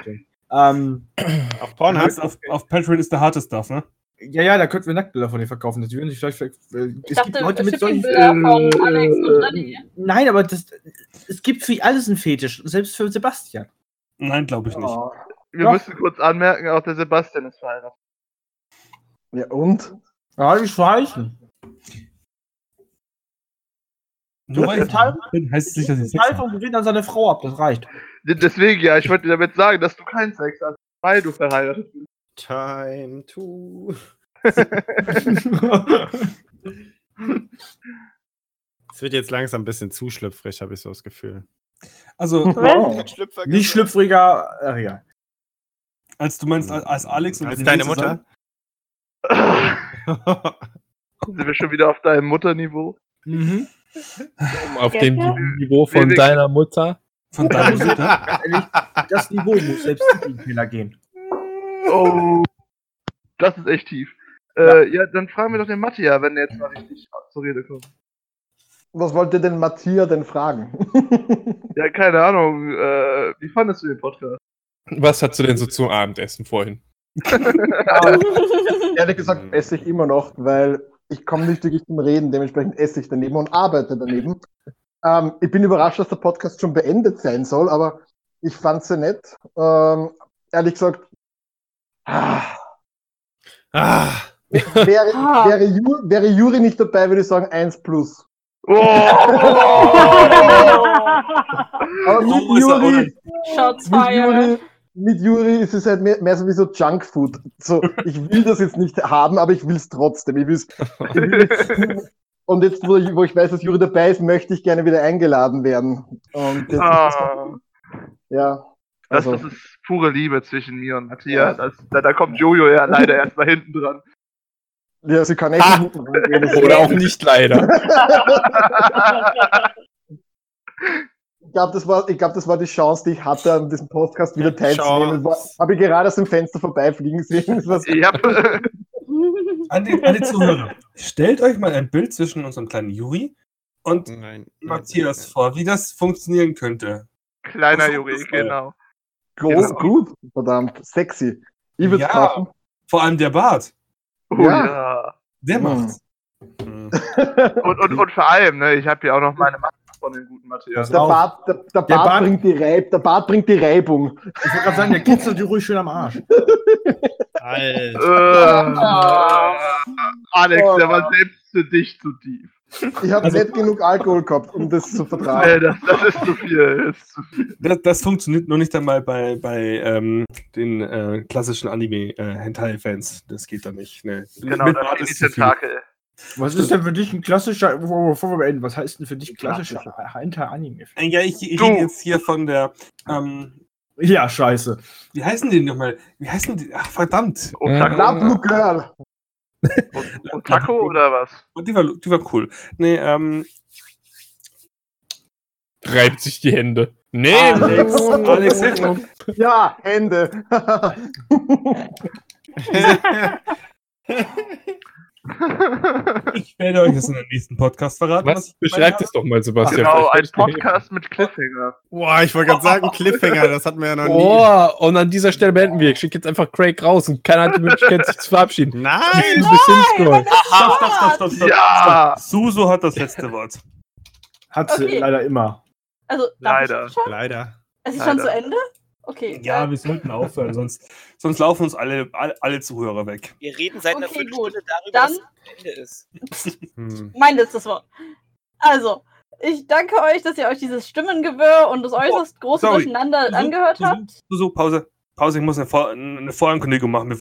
Auf Pornhub. auf Patreon ist der harte Stuff, ne? Ja, da könnten wir Nacktbilder von dir verkaufen. Das würden sich vielleicht. Ich Es dachte, gibt Leute mit Shipping-Bilder von Alex und Renny. Nein, aber es gibt für alles einen Fetisch, selbst für Sebastian. Nein, glaube ich nicht. Oh. Wir Doch. müssen kurz anmerken, auch der Sebastian ist verheiratet. Ja, und? Ja, ich verhalten. Nur weil ich Teil- bin, heißt es nicht, dass ich Sex Teil habe. vom Gewinn an seine Frau ab, das reicht. Deswegen, ja, ich wollte dir damit sagen, dass du keinen Sex hast, weil du verheiratet bist. Time to. Es wird jetzt langsam ein bisschen zu schlüpfrig, habe ich so das Gefühl. Also, Schlüpfer Nicht schlüpfriger, ja. als du meinst, als Alex und Als René deine zusammen- Mutter? Sind wir schon wieder auf deinem Mutterniveau? Mhm. Auf Ja, dem ja. Niveau von Felix. deiner Mutter. Von deiner Mutter. Ganz ehrlich, das Niveau muss selbst in den Fehler gehen. Oh, das ist echt tief. Ja, dann fragen wir doch den Matthias, wenn er jetzt mal richtig zur Rede kommt. Was wollte denn Matthias denn fragen? Ja, keine Ahnung. Wie fandest du den Podcast? Was hast du denn so zum Abendessen vorhin? Ehrlich gesagt esse ich immer noch, weil ich komme nicht wirklich zum Reden, dementsprechend esse ich daneben und arbeite daneben. Ich bin überrascht, dass der Podcast schon beendet sein soll, aber ich fand es sehr nett. Ehrlich gesagt, wäre Juri nicht dabei, würde ich sagen 1+. Oh! Aber mit So ist er, Juri, Shots fired. mit Juri ist es halt mehr so wie so Junkfood. So, ich will das jetzt nicht haben, aber ich will es trotzdem. Und jetzt, wo ich weiß, dass Juri dabei ist, möchte ich gerne wieder eingeladen werden. Und jetzt, ja. Das Also, ist pure Liebe zwischen mir und Matthias. Da kommt Jojo ja leider erstmal hinten dran. ja, sie kann echt nicht hinten rangehen. Oder auch nicht leider. Ich glaube, das war die Chance, die ich hatte, an diesem Podcast wieder teilzunehmen. Habe ich gerade aus dem Fenster vorbeifliegen sehen. Ja. An die Zuhörer. Stellt euch mal ein Bild zwischen unserem kleinen Juri und Nein. Matthias vor, wie das funktionieren könnte. Kleiner Was Juri, ist das? genau. Groß, gut, verdammt, sexy. Ich würde es Ja. kaufen. Vor allem der Bart. Oh Ja. ja. Der Hm. macht's. Und vor allem, ne, ich habe hier auch noch meine Maske von dem guten Matthias. Der Bart Bart- bringt die Reibung. Ich wollte gerade sagen, der kitzelt die ruhig schön am Arsch. Alter. Alex, Oh. der war selbst für dich zu tief. Ich habe nicht genug Alkohol gehabt, um das zu vertragen. Nee, das ist zu viel. Das ist zu viel. Das funktioniert noch nicht einmal bei den klassischen Anime-Hentai-Fans. Das geht da nicht. Ne. Genau, Mit da Bart stehen die ist zu viel. Tentakel. Was ist denn für dich ein klassischer, bevor wir beenden, was heißt denn für dich klassischer Hinter-Anime? Ja, ich Du. rede jetzt hier von der, Ja, scheiße. wie heißen die nochmal? Wie heißen die? Ach, verdammt. Otaku, Love Blue Girl. Otaku oder was? Die war cool. Nee, Reibt sich die Hände. Nee, Alex, hilf mir. Ja, Hände. Ich werde euch das in der nächsten Podcast verraten. was? Beschreibt es doch mal, Sebastian. Genau, ein Vielleicht kann ich- Podcast mit Cliffhanger. Boah, ich wollte gerade sagen, Cliffhanger, das hatten wir ja noch nie. Oh, und an dieser Stelle beenden wir. Ich schicke jetzt einfach Craig raus und keiner hat die Möglichkeit, sich zu verabschieden. Nein! Ein bisschen scrollen. Stopp. Ja! Suso hat das letzte Wort. Hat sie Okay. leider immer. Also, darf ich Leider. schon? Leider. Es ist schon Leider. zu Ende? Okay. Ja, wir sollten aufhören, sonst laufen uns alle Zuhörer weg. Wir reden seit einer Okay, Viertelstunde darüber, Dann- dass es zu Ende ist. Mein letztes Wort. Also, ich danke euch, dass ihr euch dieses Stimmengewirr und das äußerst große sorry. Durcheinander angehört habt. Suso, Pause. Ich muss eine Vorankündigung machen.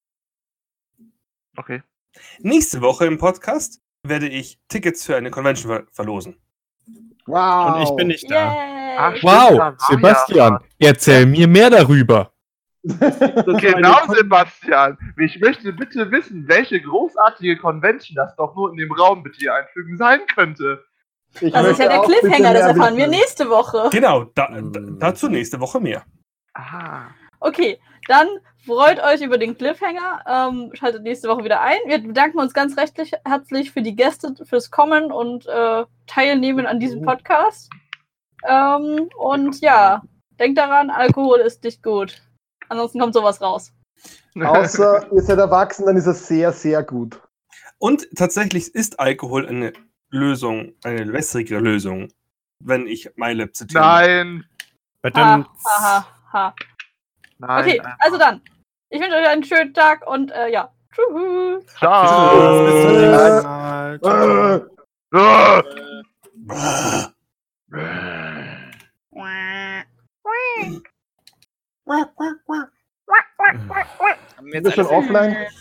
Okay. Nächste Woche im Podcast werde ich Tickets für eine Convention verlosen. Wow. Und ich bin nicht da. Yay! Ach, stimmt, Wow, da war Sebastian, ja erzähl mir mehr darüber. was. Genau, Sebastian. Ich möchte bitte wissen, welche großartige Convention das doch nur in dem Raum bitte hier einfügen sein könnte. Ich Das ist ja möchte der auch bitte Cliffhanger, das mehr erfahren wir wissen. nächste Woche. Genau, dazu nächste Woche mehr. Aha. Okay, dann freut euch über den Cliffhanger. Schaltet nächste Woche wieder ein. Wir bedanken uns ganz herzlich für die Gäste, fürs Kommen und Teilnehmen an diesem Podcast. Und ja, denkt daran, Alkohol ist nicht gut. Ansonsten kommt sowas raus. Außer ihr seid erwachsen, dann ist es sehr, sehr gut. Und tatsächlich ist Alkohol eine Lösung, eine wässrige Lösung, wenn ich MyLab zitiere. Nein. Ha. Nein. Okay, also dann. Ich wünsche euch einen schönen Tag und ja. Tschüss. Ciao. Bis zum nächsten Mal. Ciao, ciao. Haben wir Sind wir jetzt schon alle- offline?